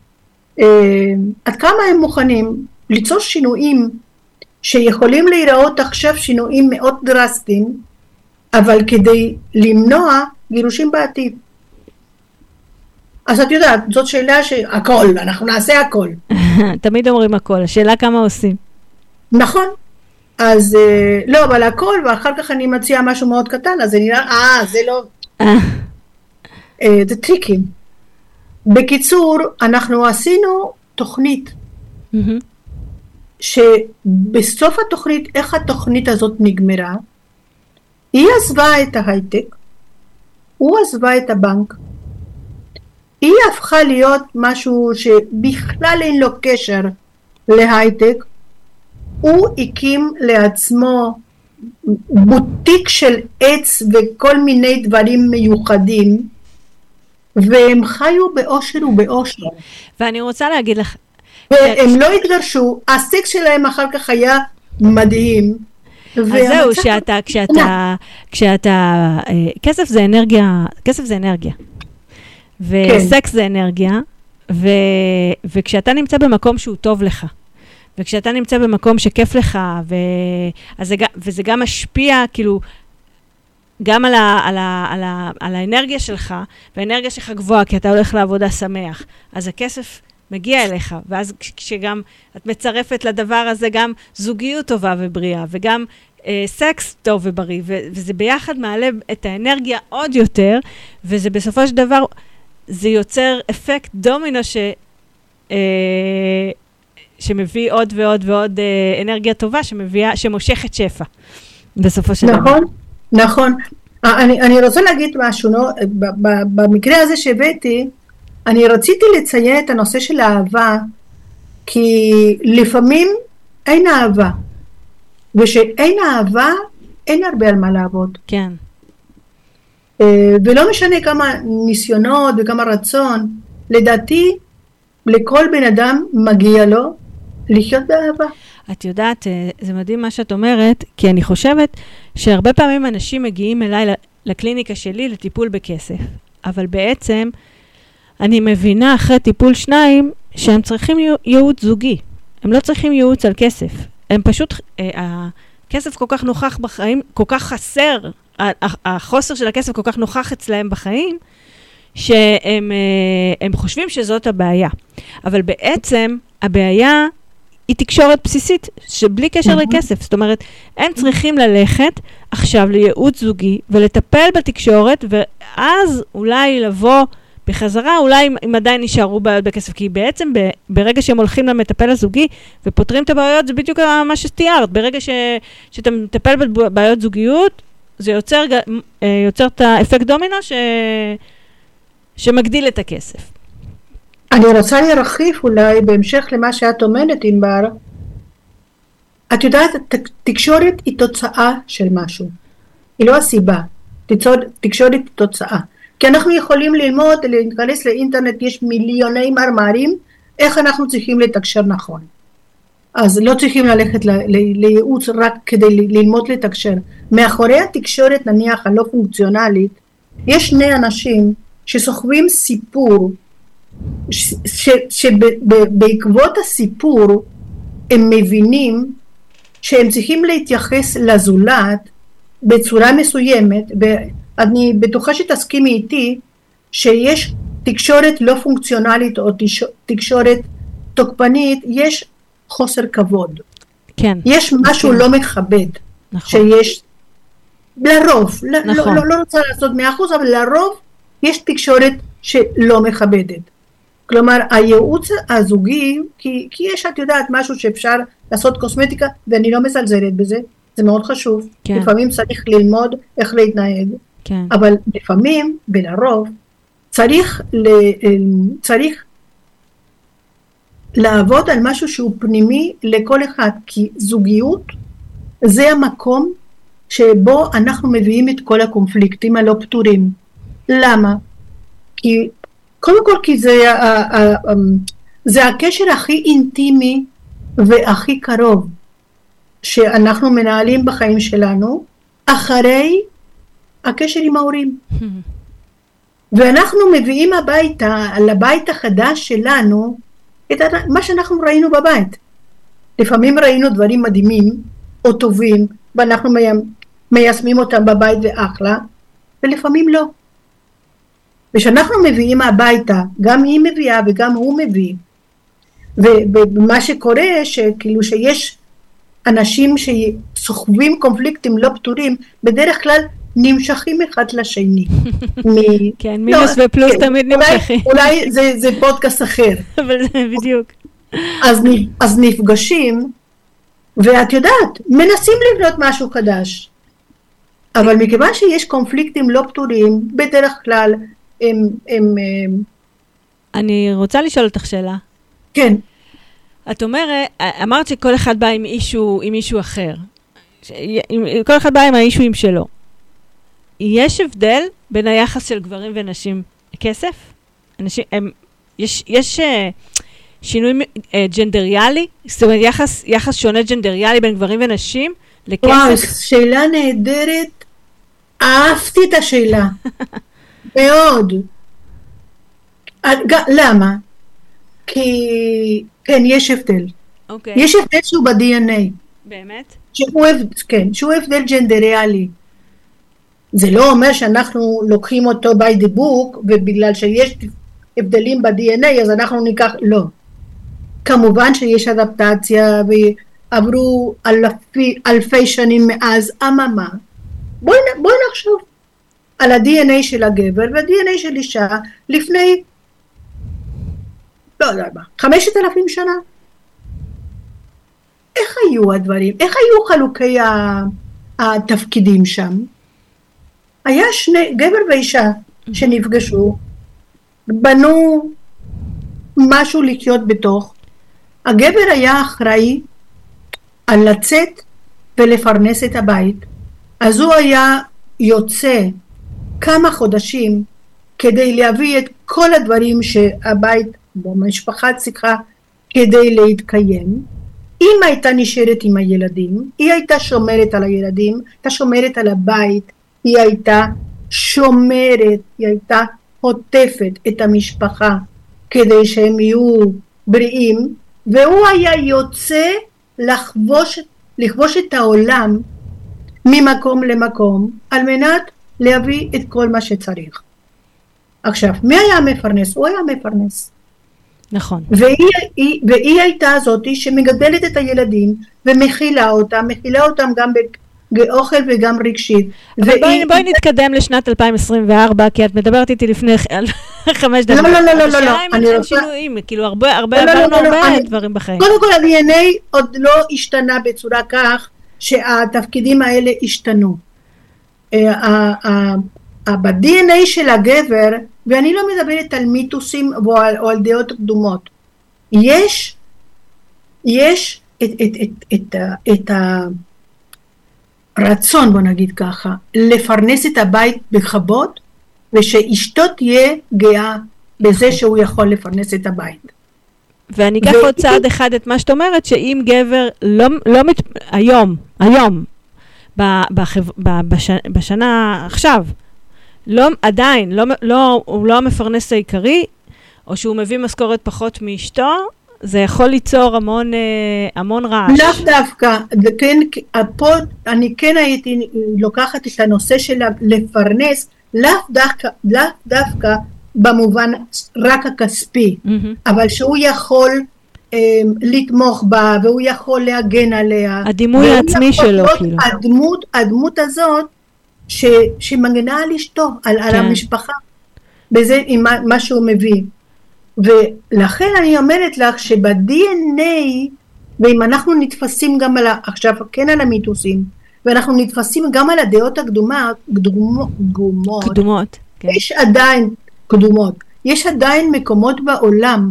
עד כמה הם מוכנים ליצור שינויים שיכולים להיראות עכשיו שינויים מאוד דרסטיים, אבל כדי למנוע גירושים בעתיד. אז את יודעת, זאת שאלה שהכל, אנחנו נעשה הכל. תמיד אומרים הכל, השאלה כמה עושים. נכון. אז לא, אבל הכל, ואחר כך אני מציעה משהו מאוד קטן, אז זה נראה, אה, זה לא... זה טריקים. בקיצור, אנחנו עשינו תוכנית, שבסוף התוכנית, איך התוכנית הזאת נגמרה, היא עזבה את ההייטק, הוא עזבה את הבנק, היא הפכה להיות משהו שבכלל אין לו קשר להייטק, הוא הקים לעצמו בוטיק של עץ וכל מיני דברים מיוחדים, והם חיו באושר ובאושר. ואני רוצה להגיד לך... והם לא התגרשו, הסקס שלהם אחר כך היה מדהים. אז זהו, שאתה, כשאתה, כשאתה, כסף זה אנרגיה, כסף זה אנרגיה. וסקס זה אנרגיה, וכשאתה נמצא במקום שהוא טוב לך, וכשאתה נמצא במקום שכיף לך, וזה גם משפיע, כאילו, גם על, ה, על, ה, על, ה, על האנרגיה שלך, והאנרגיה שלך גבוהה, כי אתה הולך לעבודה שמח, אז הכסף מגיע אליך, ואז כשגם את מצרפת לדבר הזה גם זוגיות טובה ובריאה, וגם אה, סקס טוב ובריא, ו, וזה ביחד מעלה את האנרגיה עוד יותר, וזה בסופו של דבר, זה יוצר אפקט דומינו ש, אה, שמביא עוד ועוד ועוד אה, אנרגיה טובה, שמביאה, שמושכת שפע, בסופו של דבר. נכון. נכון, אני, אני רוצה להגיד משהו, לא? במקרה הזה שהבאתי, אני רציתי לציין את הנושא של האהבה, כי לפעמים אין אהבה, ושאין אהבה, אין הרבה על מה לעבוד. כן. ולא משנה כמה ניסיונות וכמה רצון, לדעתי, לכל בן אדם מגיע לו לחיות באהבה. את יודעת, זה מדהים מה שאת אומרת, כי אני חושבת שהרבה פעמים אנשים מגיעים אליי לקליניקה שלי לטיפול בכסף, אבל בעצם אני מבינה אחרי טיפול שניים שהם צריכים ייעוץ זוגי, הם לא צריכים ייעוץ על כסף, הם פשוט, הכסף כל כך נוכח בחיים, כל כך חסר, החוסר של הכסף כל כך נוכח אצלהם בחיים, שהם הם חושבים שזאת הבעיה, אבל בעצם הבעיה היא תקשורת בסיסית, שבלי קשר לכסף. זאת אומרת, הם צריכים ללכת עכשיו לייעוץ זוגי, ולטפל בתקשורת, ואז אולי לבוא בחזרה, אולי אם עדיין נשארו בעיות בכסף, כי בעצם ברגע שהם הולכים למטפל הזוגי, ופותרים את הבעיות, זה בדיוק מה שתיארת. ברגע ש, שאתה מטפל בבעיות זוגיות, זה יוצר, יוצר את האפקט דומינו, ש, שמגדיל את הכסף. אני רוצה להרחיב אולי בהמשך למה שאת אומרת, ענבר. את יודעת, תקשורת היא תוצאה של משהו. היא לא הסיבה. תקשורת היא תוצאה. כי אנחנו יכולים ללמוד, להיכנס לאינטרנט, יש מיליוני מאמרים, איך אנחנו צריכים לתקשר נכון. אז לא צריכים ללכת לייעוץ רק כדי ללמוד לתקשר. מאחורי התקשורת, נניח, הלא פונקציונלית, יש שני אנשים שסוחבים סיפור, שבעקבות הסיפור הם מבינים שהם צריכים להתייחס לזולת בצורה מסוימת, ואני בטוחה שתסכימי איתי שיש תקשורת לא פונקציונלית או תקשורת תוקפנית, יש חוסר כבוד. כן. יש משהו לא מכבד. נכון. שיש לרוב, נכון. לא, לא רוצה לעשות מאה אחוז, אבל לרוב יש תקשורת שלא מכבדת. כלומר, הייעוץ הזוגי, כי, כי יש, את יודעת, משהו שאפשר לעשות קוסמטיקה, ואני לא מזלזלת בזה, זה מאוד חשוב. כן. לפעמים צריך ללמוד איך להתנהג, כן. אבל לפעמים, ולרוב, צריך, צריך לעבוד על משהו שהוא פנימי לכל אחד, כי זוגיות זה המקום שבו אנחנו מביאים את כל הקונפליקטים הלא פתורים. למה? כי קודם כל כי זה, זה הקשר הכי אינטימי והכי קרוב שאנחנו מנהלים בחיים שלנו, אחרי הקשר עם ההורים. ואנחנו מביאים הביתה, לבית החדש שלנו, את מה שאנחנו ראינו בבית. לפעמים ראינו דברים מדהימים או טובים, ואנחנו מיישמים אותם בבית ואחלה, ולפעמים לא. ושאנחנו מביאים הביתה, גם היא מביאה וגם הוא מביא, ומה שקורה, שכאילו שיש אנשים שסוחבים קונפליקטים לא פתורים, בדרך כלל נמשכים אחד לשני. כן, מינוס ופלוס תמיד נמשכים. אולי זה פודקאסט אחר. אבל זה בדיוק. אז נפגשים, ואת יודעת, מנסים לבנות משהו חדש. אבל מכיוון שיש קונפליקטים לא פתורים, בדרך כלל הם... אני רוצה לשאול אותך שאלה. כן. את אומרת, אמרת שכל אחד בא עם אישו, עם אישו אחר. כל אחד בא עם האישויים שלו. יש הבדל בין היחס של גברים ונשים לכסף? אנשים, הם, יש, יש שינוי ג'נדריאלי? זאת אומרת, יחס, יחס שונה ג'נדריאלי בין גברים ונשים לכסף? וואו, שאלה נהדרת. אהבתי את השאלה. מאוד. למה? כי, כן, יש הבדל. אוקיי. יש הבדל שהוא ב-די אן איי. באמת? שהוא, כן, שהוא הבדל ג'נדריאלי. זה לא אומר שאנחנו לוקחים אותו by the book, ובגלל שיש הבדלים ב-די אן איי, אז אנחנו ניקח, לא. כמובן שיש אדפטציה, ועברו אלפי, אלפי שנים מאז, אממה. בואי, בואי נחשוב על ה-די אן איי של הגבר, וה-די אן איי של אישה, לפני, לא יודע מה, חמשת אלפים שנה. איך היו הדברים? איך היו חלוקי התפקידים שם? היה שני, גבר ואישה שנפגשו, בנו משהו לחיות בתוך. הגבר היה אחראי על לצאת ולפרנס את הבית. אז הוא היה יוצא כמה חודשים כדי להביא את כל הדברים שהבית במשפחה צריכה כדי להתקיים. אם הייתה נשארת עם הילדים, היא הייתה שומרת על הילדים, הייתה שומרת על הבית, היא הייתה שומרת, היא הייתה חוטפת את המשפחה כדי שהם יהיו בריאים, והוא היה יוצא לחבוש, לחבוש את העולם ממקום למקום, על מנת להביא את כל מה שצריך. עכשיו, מי היה מפרנס? הוא היה מפרנס. נכון. והיא, והיא הייתה זאת שמגדלת את הילדים ומכילה אותם, מכילה אותם גם באוכל וגם רגשית. אבל והיא... בואי, בואי נתקדם לשנת אלפיים עשרים וארבע, כי את מדברת איתי לפני חמש דקות. לא, לא, לא, לא, לא. השאלה אם אין שינויים, כאילו הרבה, הרבה עברנו הרבה דברים בחיים. קודם כל, ה-די אן איי עוד לא השתנה בצורה כך שהתפקידים האלה השתנו. ב-די אן איי של הגבר, ואני לא מדברת על מיתוסים או על, או על דעות קדומות, יש, יש את, את, את, את, את הרצון, בוא נגיד ככה, לפרנס את הבית בכבוד, ושאשתו תהיה גאה בזה שהוא יכול לפרנס את הבית. ואני אקח עוד צעד אחד את מה שאת אומרת, שאם גבר לא, לא מת... היום, היום, בחב... בש... בשנה עכשיו, לא, עדיין, לא, לא, הוא לא המפרנס העיקרי, או שהוא מביא משכורת פחות מאשתו, זה יכול ליצור המון, המון רעש. לא דווקא, כן, פה אני כן הייתי לוקחת את הנושא של לפרנס, לא דווקא, לא דווקא במובן רק הכספי, mm-hmm. אבל שהוא יכול אה, לתמוך בה, והוא יכול להגן עליה. הדימוי העצמי שלו, כאילו. הדמות, הדמות הזאת, ש, שמגנה על אשתו, על, כן. על המשפחה, בזה עם מה, מה שהוא מביא. ולכן אני אומרת לך שב-די אן איי, ואם אנחנו נתפסים גם על, עכשיו כן על המיתוסים, ואנחנו נתפסים גם על הדעות הקדומות, קדומות, קדומות, כן. יש עדיין, קדומות, יש עדיין מקומות בעולם,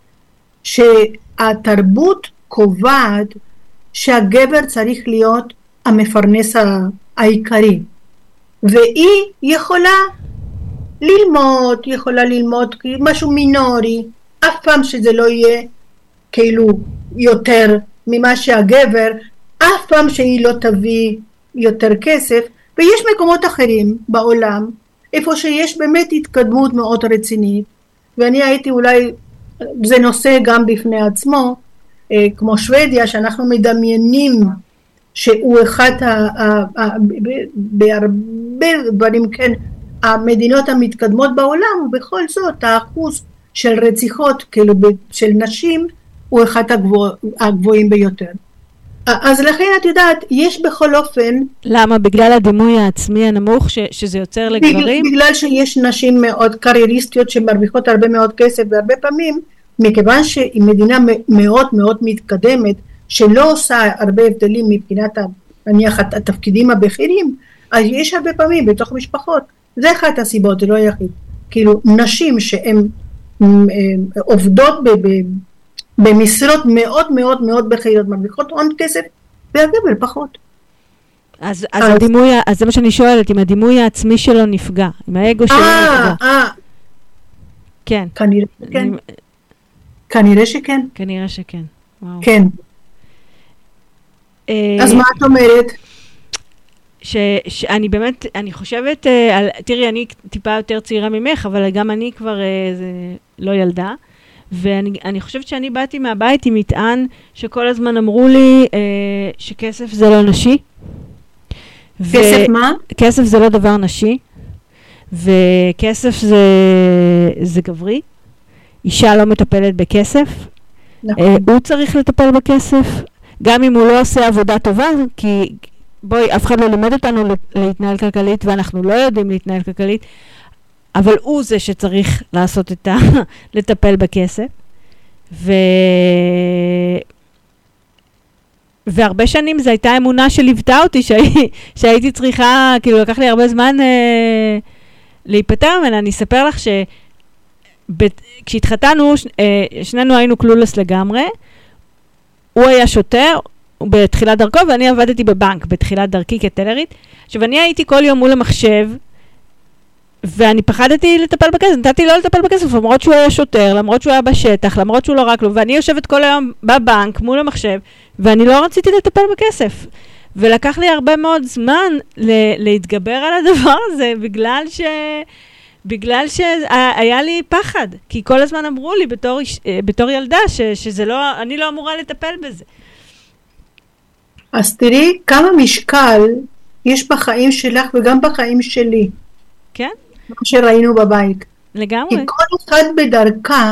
שהתרבות קובעת, שהגבר צריך להיות המפרנס העיקרי. והיא יכולה ללמוד, יכולה ללמוד משהו מינורי, אף פעם שזה לא יהיה כאילו יותר ממה שהגבר, אף פעם שהיא לא תביא יותר כסף, ויש מקומות אחרים בעולם, איפה שיש באמת התקדמות מאוד רצינית, ואני הייתי אולי, זה נושא גם בפני עצמו, כמו שוודיה, שאנחנו מדמיינים שהוא אחד בהרבה דברים, כן, המדינות המתקדמות בעולם, ובכל זאת האחוז של רציחות כאילו של נשים הוא אחד הגבוה, הגבוהים ביותר. אז לכן את יודעת, יש בכל אופן... למה? בגלל הדימוי העצמי הנמוך ש, שזה יוצר לגברים? בגלל שיש נשים מאוד קרייריסטיות שמרוויחות הרבה מאוד כסף, והרבה פעמים, מכיוון שהיא מדינה מאוד מאוד מתקדמת, שלא עושה הרבה הבדלים מבחינת נניח התפקידים הבכירים, אז יש הרבה פעמים בתוך משפחות, זה אחת הסיבות, זה לא היחיד, כאילו נשים שהן עובדות ב... ב במשרות מאוד מאוד מאוד בכירות, מרוויחות הון כסף, והגבר פחות. אז, אז, אז, הדימוי, אז זה מה שאני שואלת, אם הדימוי העצמי שלו נפגע, אם האגו שלו נפגע. אה, כן. כנראה שכן. אני... כנראה שכן. כנראה שכן. וואו. כן. אז מה את אומרת? ש, שאני באמת, אני חושבת, על, תראי, אני טיפה יותר צעירה ממך, אבל גם אני כבר זה, לא ילדה. ואני אני חושבת שאני באתי מהבית עם מטען שכל הזמן אמרו לי אה, שכסף זה לא נשי. כסף ו- מה? כסף זה לא דבר נשי, וכסף זה, זה גברי. אישה לא מטפלת בכסף. נכון. אה, הוא צריך לטפל בכסף, גם אם הוא לא עושה עבודה טובה, כי בואי, אף אחד לא לימד אותנו להתנהל כלכלית, ואנחנו לא יודעים להתנהל כלכלית, אבל הוא זה שצריך לעשות את ה... לטפל בכסף. ו... והרבה שנים זו הייתה אמונה שליוותה אותי, שהי... שהייתי צריכה, כאילו לקח לי הרבה זמן אה... להיפטר ממנה. אני אספר לך ש... ב... כשהתחתנו, ש... אה... שנינו היינו קלולס לגמרי, הוא היה שוטר בתחילת דרכו, ואני עבדתי בבנק בתחילת דרכי כטלרית. עכשיו, אני הייתי כל יום מול המחשב, ואני פחדתי לטפל בכסף, נתתי לא לטפל בכסף, למרות שהוא היה שוטר, למרות שהוא היה בשטח, למרות שהוא לא רק לו, ואני יושבת כל היום בבנק מול המחשב, ואני לא רציתי לטפל בכסף. ולקח לי הרבה מאוד זמן ל- להתגבר על הדבר הזה, בגלל ש... בגלל שהיה לי פחד, כי כל הזמן אמרו לי בתור, בתור ילדה, ש- שזה לא, אני לא אמורה לטפל בזה. אז תראי כמה משקל יש בחיים שלך וגם בחיים שלי. כן? מה שראינו בבית. לגמרי. כי כל אחד בדרכה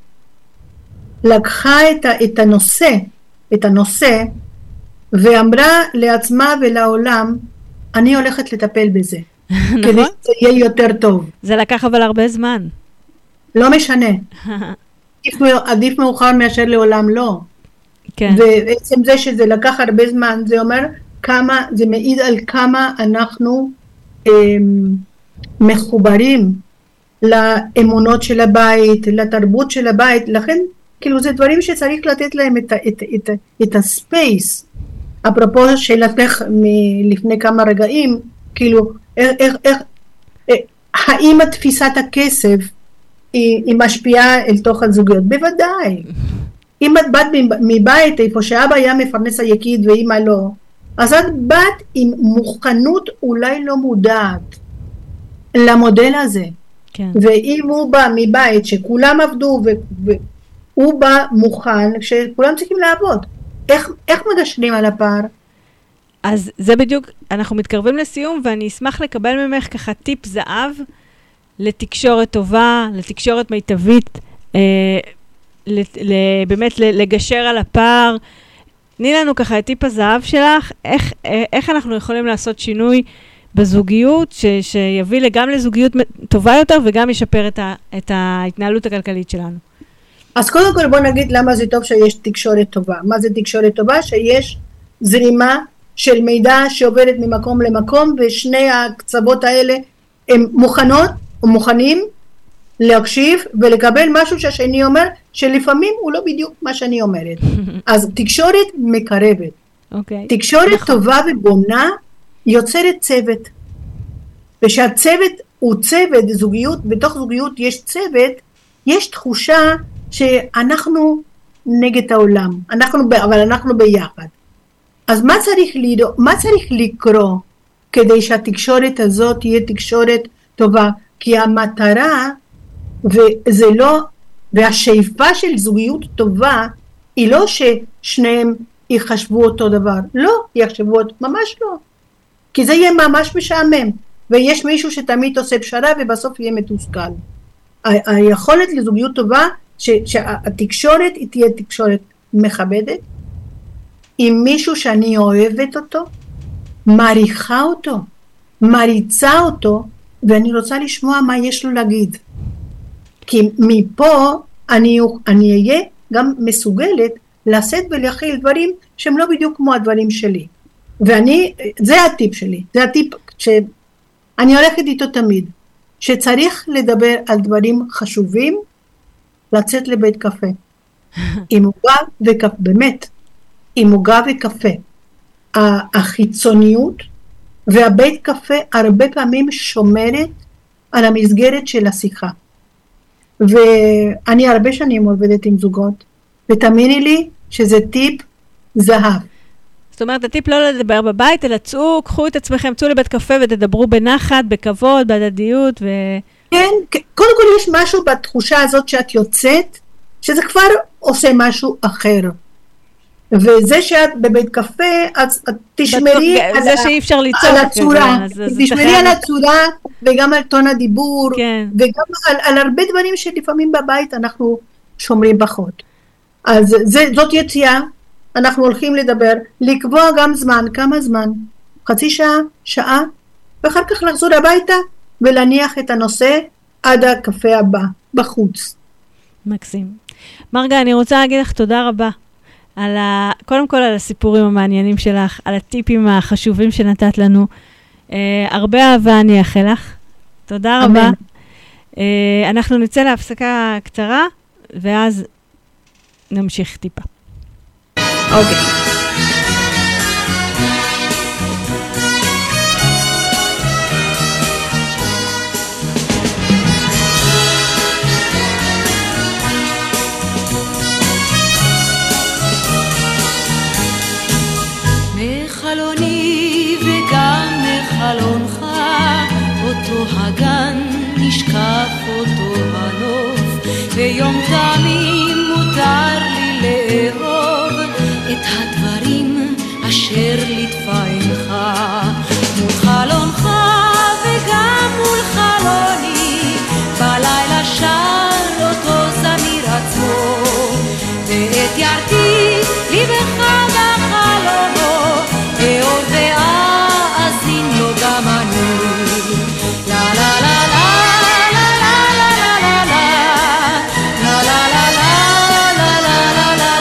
לקחה את, ה, את הנושא, את הנושא, ואמרה לעצמה ולעולם, אני הולכת לטפל בזה. נכון? כדי שזה יהיה יותר טוב. זה לקח אבל הרבה זמן. לא משנה. עדיף, עדיף מאוחר מאשר לעולם לא. כן. ובעצם זה שזה לקח הרבה זמן, זה אומר כמה, זה מעיד על כמה אנחנו אמ, מחוברים לאמונות של הבית, לתרבות של הבית, לכן כאילו זה דברים שצריך לתת להם את, את, את, את הספייס. אפרופו שאלתך מלפני כמה רגעים, כאילו איך, איך, איך, האם תפיסת הכסף היא, היא משפיעה אל תוך הזוגיות? בוודאי. אם את בת מבית איפה שאבא היה מפרנס היחיד ואמא לא, אז את בת עם מוכנות אולי לא מודעת למודל הזה. כן. ואם הוא בא מבית שכולם עבדו והוא בא מוכן שכולם צריכים לעבוד, איך, איך מגשרים על הפער? אז זה בדיוק, אנחנו מתקרבים לסיום, ואני אשמח לקבל ממך ככה טיפ זהב לתקשורת טובה, לתקשורת מיטבית, אה, באמת לגשר על הפער. תני לנו ככה את טיפ הזהב שלך, איך, איך אנחנו יכולים לעשות שינוי בזוגיות, ש, שיביא גם לזוגיות טובה יותר, וגם ישפר את, ה, את ההתנהלות הכלכלית שלנו. אז קודם כל בוא נגיד למה זה טוב שיש תקשורת טובה. מה זה תקשורת טובה? שיש זרימה של מידע שעוברת ממקום למקום, ושני הקצוות האלה הם מוכנות או מוכנים להקשיב ולקבל משהו שהשני אומר, שלפעמים הוא לא בדיוק מה שאני אומרת. אז תקשורת מקרבת. Okay. תקשורת טובה ובונה יוצרת צוות. ושהצוות הוא צוות, זוגיות, בתוך זוגיות יש צוות, יש תחושה שאנחנו נגד העולם, אנחנו, אבל אנחנו ביחד. אז מה צריך, לדע, מה צריך לקרוא כדי שהתקשורת הזאת תהיה תקשורת טובה? כי המטרה, וזה לא, והשאיפה של זוגיות טובה, היא לא ששניהם יחשבו אותו דבר. לא, יחשבו אותו, ממש לא. כי זה יהיה ממש משעמם. ויש מישהו שתמיד עושה פשרה ובסוף יהיה מתוסכל. ה- היכולת לזוגיות טובה, ש- שהתקשורת היא תהיה תקשורת מכבדת, עם מישהו שאני אוהבת אותו, מעריכה אותו, מריצה אותו, ואני רוצה לשמוע מה יש לו להגיד. כי מפה אני, אני אהיה גם מסוגלת לשאת ולהכיל דברים שהם לא בדיוק כמו הדברים שלי. ואני, זה הטיפ שלי, זה הטיפ שאני הולכת איתו תמיד, שצריך לדבר על דברים חשובים, לצאת לבית קפה. עם עוגה וקפה, באמת, עם עוגה וקפה. החיצוניות והבית קפה הרבה פעמים שומרת על המסגרת של השיחה. ואני הרבה שנים עובדת עם זוגות, ותאמיני לי שזה טיפ זהב. זאת אומרת, הטיפ לא לדבר בבית, אלא צאו, קחו את עצמכם, צאו לבית קפה ותדברו בנחת, בכבוד, בהדדיות ו... כן, קודם כל יש משהו בתחושה הזאת שאת יוצאת, שזה כבר עושה משהו אחר. וזה שאת בבית קפה, אז תשמרי על, זה שאי אפשר ליצור, על הצורה, כזה, אז, תשמרי על הצורה וגם על טון הדיבור, כן. וגם על, על הרבה דברים שלפעמים בבית אנחנו שומרים פחות. אז זה, זאת יציאה, אנחנו הולכים לדבר, לקבוע גם זמן, כמה זמן, חצי שעה, שעה, ואחר כך לחזור הביתה ולהניח את הנושא עד הקפה הבא, בחוץ. מקסים. מרגה, אני רוצה להגיד לך תודה רבה. על ה... קודם כל על הסיפורים המעניינים שלך, על הטיפים החשובים שנתת לנו. Uh, הרבה אהבה אני אאחל לך. תודה אמן. רבה. Uh, אנחנו נצא להפסקה קצרה, ואז נמשיך טיפה. אוקיי. Okay. מחלוני וגם מחלונך, אותו הגן נשקף אותו הנוף, ויום תמים מותר לי לאהוב את הדברים אשר לטפה עינך. מול חלונך וגם מול חלוני, בלילה שר אותו זמיר עצמו, ואת ירתי ליבך בחלונו, ואור ואזין לו גם אני. לה לה לה לה לה לה לה לה לה לה לה לה לה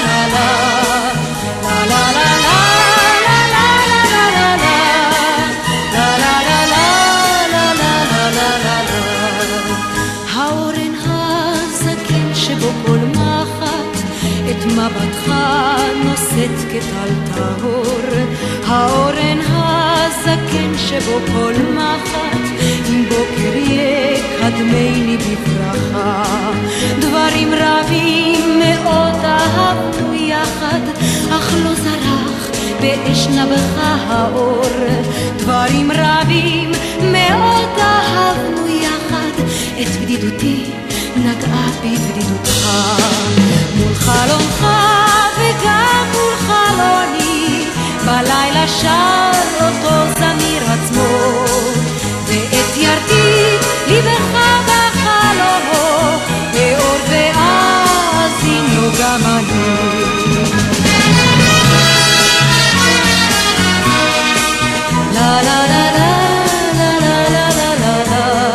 האורן הזקן שבו כל מחט את מבטך נושאת כטל טהור, האורן הזקן שבו כל מחט בוקר יקדמני בברכה. דברים רבים מאוד אהבנו יחד, אך לא זרח באש נבך האור. דברים רבים מאוד אהבנו יחד, את בדידותי נגעה בבדידותך. מול חלונך וגם מול חלוני, בלילה שר אותו זמיר עצמו, ואת ירתי ליבך בחלומו, ואור ואזין לו גם אני. לה לה לה לה לה לה לה לה לה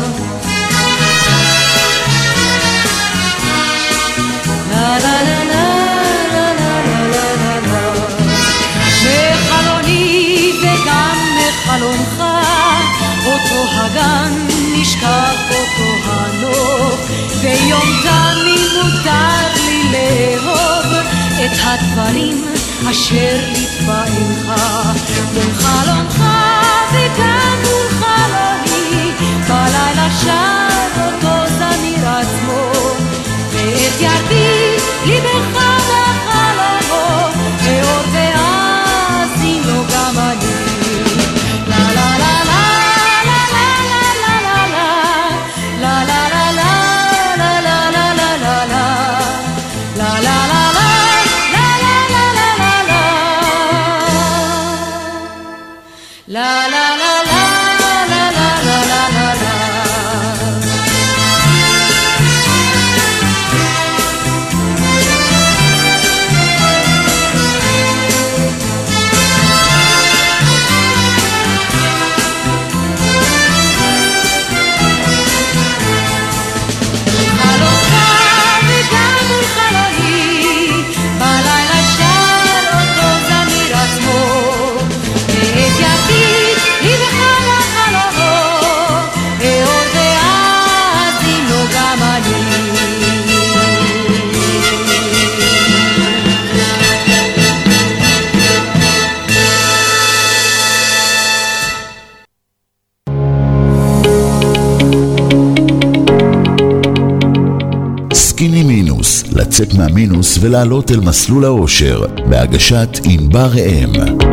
חלונך אותו הגן נשכח אותו הנוף, ויום תמיד מותר לי לאהוב את הדברים אשר לטפה עינך. מול חלונך וגם מול חלוני, בלילה שר אותו זמיר עצמו, ואת ירתי ליבך La la la la la la la la la la. סקיני מינוס, לצאת מהמינוס ולעלות אל מסלול האושר, בהגשת ענבר ראם.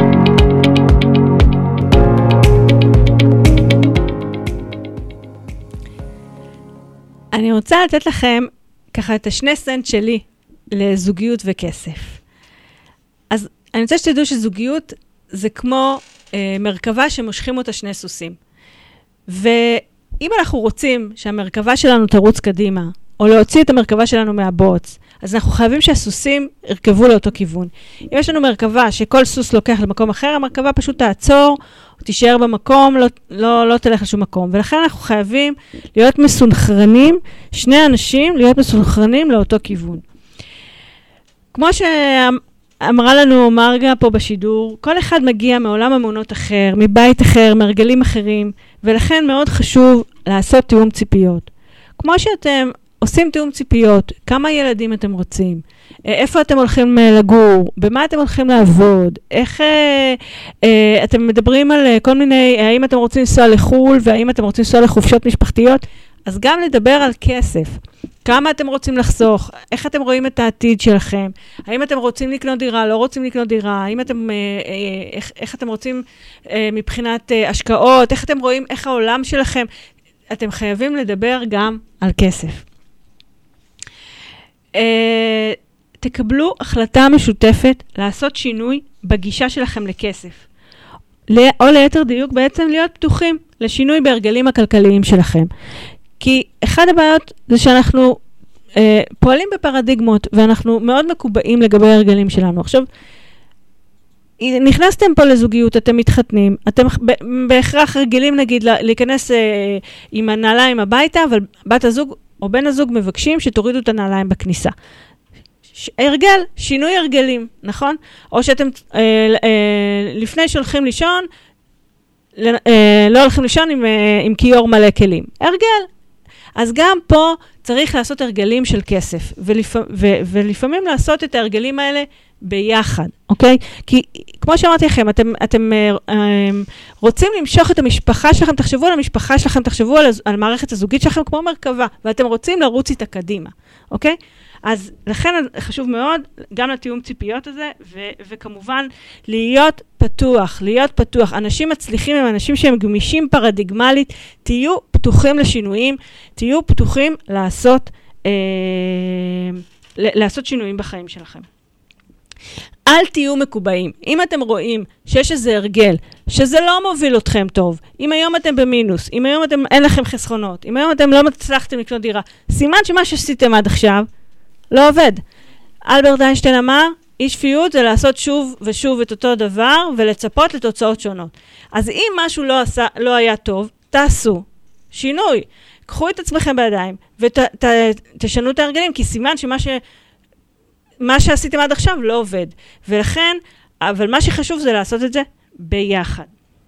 אני רוצה לתת לכם ככה את השני סנט שלי לזוגיות וכסף. אז אני רוצה שתדעו שזוגיות זה כמו אה, מרכבה שמושכים אותה שני סוסים. ואם אנחנו רוצים שהמרכבה שלנו תרוץ קדימה, או להוציא את המרכבה שלנו מהבוץ, אז אנחנו חייבים שהסוסים ירכבו לאותו כיוון. אם יש לנו מרכבה שכל סוס לוקח למקום אחר, המרכבה פשוט תעצור, או תישאר במקום, לא, לא, לא תלך לשום מקום. ולכן אנחנו חייבים להיות מסונכרנים, שני אנשים להיות מסונכרנים לאותו כיוון. כמו שאמרה לנו מרגה פה בשידור, כל אחד מגיע מעולם אמונות אחר, מבית אחר, מהרגלים אחרים, ולכן מאוד חשוב לעשות תיאום ציפיות. כמו שאתם עושים תיאום ציפיות, כמה ילדים אתם רוצים, איפה אתם הולכים לגור, במה אתם הולכים לעבוד, איך אה, אה, אתם מדברים על כל מיני, האם אתם רוצים לנסוע לחול, והאם אתם רוצים לנסוע לחופשות משפחתיות, אז גם לדבר על כסף, כמה אתם רוצים לחסוך, איך אתם רואים את העתיד שלכם, האם אתם רוצים לקנות דירה, לא רוצים לקנות דירה, האם אתם, אה, אה, איך, איך אתם רוצים אה, מבחינת אה, השקעות, איך אתם רואים, איך העולם שלכם, אתם חייבים לדבר גם על כסף. Uh, תקבלו החלטה משותפת לעשות שינוי בגישה שלכם לכסף. או ליתר דיוק בעצם להיות פתוחים לשינוי בהרגלים הכלכליים שלכם. כי אחד הבעיות זה שאנחנו uh, פועלים בפרדיגמות ואנחנו מאוד מקובעים לגבי הרגלים שלנו. עכשיו, נכנסתם פה לזוגיות, אתם מתחתנים, אתם בהכרח רגילים נגיד להיכנס uh, עם הנעליים הביתה, אבל בת הזוג או בן הזוג מבקשים שתורידו את הנעליים בכניסה. ש- הרגל, שינוי הרגלים, נכון? או שאתם אה, אה, לפני שהולכים לישון, אה, לא הולכים לישון עם, אה, עם כיור מלא כלים. הרגל. אז גם פה צריך לעשות הרגלים של כסף, ולפ... ו... ולפעמים לעשות את ההרגלים האלה ביחד, אוקיי? כי כמו שאמרתי לכם, אתם, אתם אה, רוצים למשוך את המשפחה שלכם, תחשבו על המשפחה שלכם, תחשבו על, על מערכת הזוגית שלכם כמו מרכבה, ואתם רוצים לרוץ איתה קדימה, אוקיי? אז לכן חשוב מאוד גם לתיאום ציפיות הזה, ו- וכמובן להיות פתוח, להיות פתוח. אנשים מצליחים הם אנשים שהם גמישים פרדיגמלית, תהיו פתוחים לשינויים, תהיו פתוחים לעשות, אה, לעשות שינויים בחיים שלכם. אל תהיו מקובעים. אם אתם רואים שיש איזה הרגל, שזה לא מוביל אתכם טוב, אם היום אתם במינוס, אם היום אתם, אין לכם חסכונות, אם היום אתם לא מצליחתם לקנות דירה, סימן שמה שעשיתם עד עכשיו, לא עובד. אלברט איינשטיין אמר, אי שפיות זה לעשות שוב ושוב את אותו דבר, ולצפות לתוצאות שונות. אז אם משהו לא, עשה, לא היה טוב, תעשו שינוי. קחו את עצמכם בידיים, ותשנו את ההרגלים, כי סימן שמה ש... מה שעשיתם עד עכשיו לא עובד. ולכן, אבל מה שחשוב זה לעשות את זה ביחד.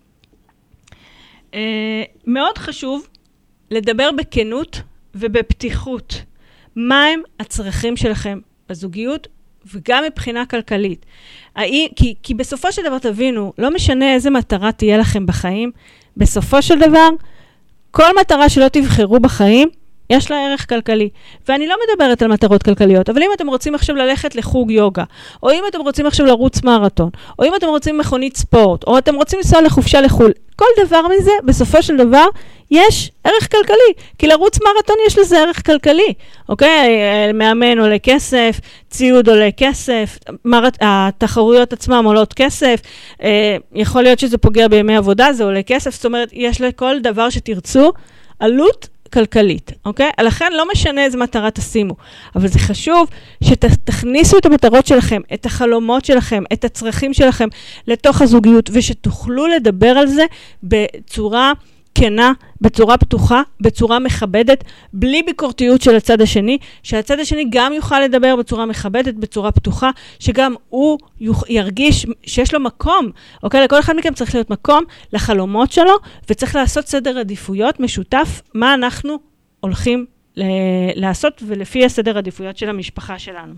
מאוד חשוב לדבר בכנות ובפתיחות. מהם הצרכים שלכם בזוגיות וגם מבחינה כלכלית. כי, כי בסופו של דבר תבינו, לא משנה איזה מטרה תהיה לכם בחיים, בסופו של דבר, כל מטרה שלא תבחרו בחיים, יש לה ערך כלכלי. ואני לא מדברת על מטרות כלכליות, אבל אם אתם רוצים עכשיו ללכת לחוג יוגה, או אם אתם רוצים עכשיו לרוץ מרתון, או אם אתם רוצים מכונית ספורט, או אתם רוצים לנסוע לחופשה לחול, כל דבר מזה, בסופו של דבר, יש ערך כלכלי. כי לרוץ מרתון יש לזה ערך כלכלי. אוקיי? מאמן עולה כסף, ציוד עולה כסף, מרת... התחרויות עצמם עולות כסף, אה, יכול להיות שזה פוגע בימי עבודה, זה עולה כסף, זאת אומרת, יש לכל דבר שתרצו עלות כלכלית, אוקיי? לכן לא משנה איזה מטרה תשימו, אבל זה חשוב שתכניסו את המטרות שלכם, את החלומות שלכם, את הצרכים שלכם לתוך הזוגיות, ושתוכלו לדבר על זה בצורה כנה, בצורה פתוחה, בצורה מכבדת, בלי ביקורתיות של הצד השני, שהצד השני גם יוכל לדבר בצורה מכבדת, בצורה פתוחה, שגם הוא ירגיש שיש לו מקום, אוקיי? לכל אחד מכם צריך להיות מקום לחלומות שלו, וצריך לעשות סדר עדיפויות משותף, מה אנחנו הולכים ל- לעשות, ולפי הסדר עדיפויות של המשפחה שלנו.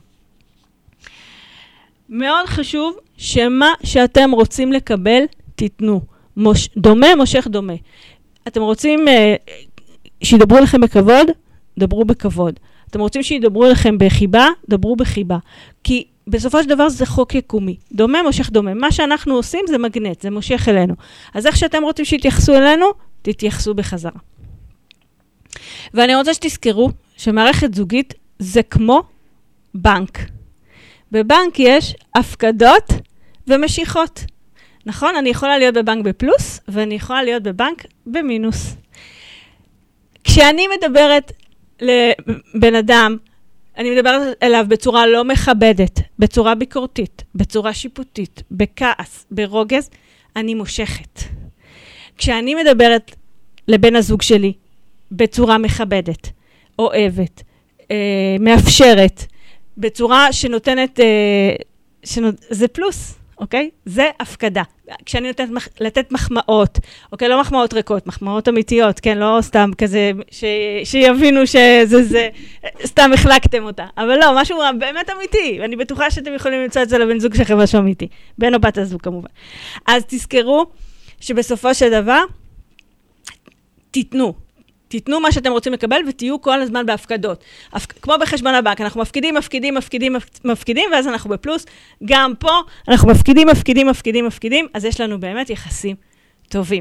מאוד חשוב שמה שאתם רוצים לקבל, תיתנו. מוש, דומה, מושך דומה. אתם רוצים אה, שידברו לכם בכבוד? דברו בכבוד. אתם רוצים שידברו לכם בחיבה? דברו בחיבה. כי בסופו של דבר זה חוק יקומי. דומה, מושך דומה. מה שאנחנו עושים זה מגנט, זה מושך אלינו. אז איך שאתם רוצים שיתייחסו אלינו, תתייחסו בחזרה. ואני רוצה שתזכרו שמערכת זוגית זה כמו בנק. בבנק יש הפקדות ומשיכות. נכון? אני יכולה להיות בבנק בפלוס, ואני יכולה להיות בבנק במינוס. כשאני מדברת לבן אדם, אני מדברת אליו בצורה לא מכבדת, בצורה ביקורתית, בצורה שיפוטית, בכעס, ברוגז, אני מושכת. כשאני מדברת לבן הזוג שלי, בצורה מכבדת, אוהבת, אה, מאפשרת, בצורה שנותנת, אה, שנות, זה פלוס. אוקיי? זה הפקדה. כשאני נותנת לתת מחמאות, אוקיי? לא מחמאות ריקות, מחמאות אמיתיות, כן? לא סתם כזה, ש, שיבינו שזה, זה, סתם החלקתם אותה. אבל לא, משהו באמת אמיתי. ואני בטוחה שאתם יכולים למצוא את זה לבן זוג שלכם משהו אמיתי. בן או בת הזוג כמובן. אז תזכרו שבסופו של דבר, תיתנו. תיתנו מה שאתם רוצים לקבל ותהיו כל הזמן בהפקדות. כמו בחשבון הבנק, אנחנו מפקידים, מפקידים, מפקידים, מפקידים, ואז אנחנו בפלוס. גם פה אנחנו מפקידים, מפקידים, מפקידים, מפקידים, אז יש לנו באמת יחסים טובים.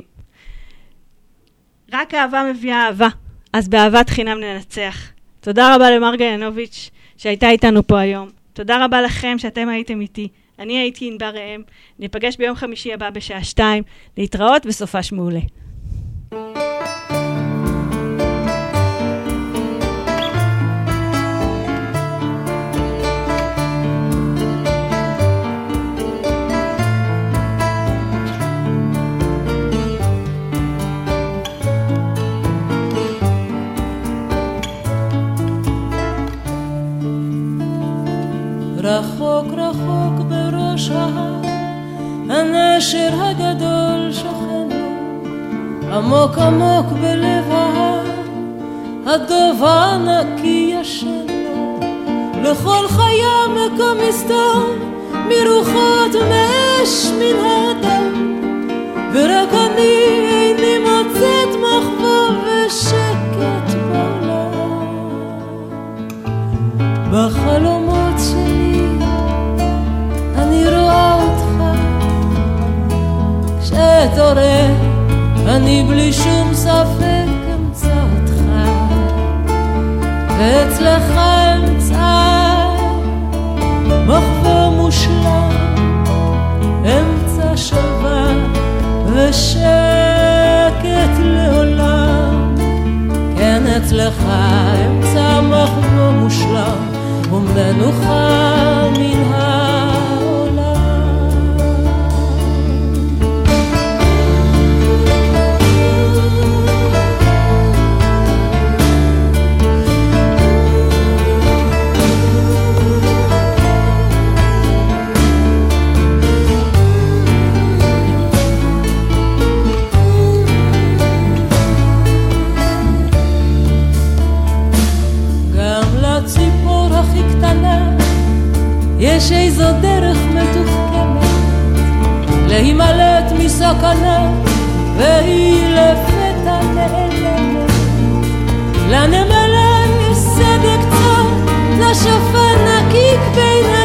רק אהבה מביאה אהבה, אז באהבת חינם ננצח. תודה רבה למרגה ינוביץ' שהייתה איתנו פה היום. תודה רבה לכם שאתם הייתם איתי. אני הייתי ענבר ראם. ניפגש ביום חמישי הבא בשעה שתיים. להתראות וסופש מעולה. רחוק רחוק בראש ההר, הנשר הגדול שוכנו, עמוק עמוק בלב ההר, הדוב הענקי ישנו, לכל חיה מקום מסתור, מרוחות מאש מן האדם, ורק אני איני מוצאת מחווה ושקט בעולם. בחלומות שלי אני רואה אותך, כשתעורר אני בלי שום ספק אמצא אותך, ואצלך אמצא מחווה מושלם, אמצע שלווה ושקט לעולם. כן, אצלך אמצע מחווה מושלם ומנוחה מן העולם. יש איזו דרך מתוחכמת להימלט מסכנה, והיא לפתע נעלמת לנמלה בינינו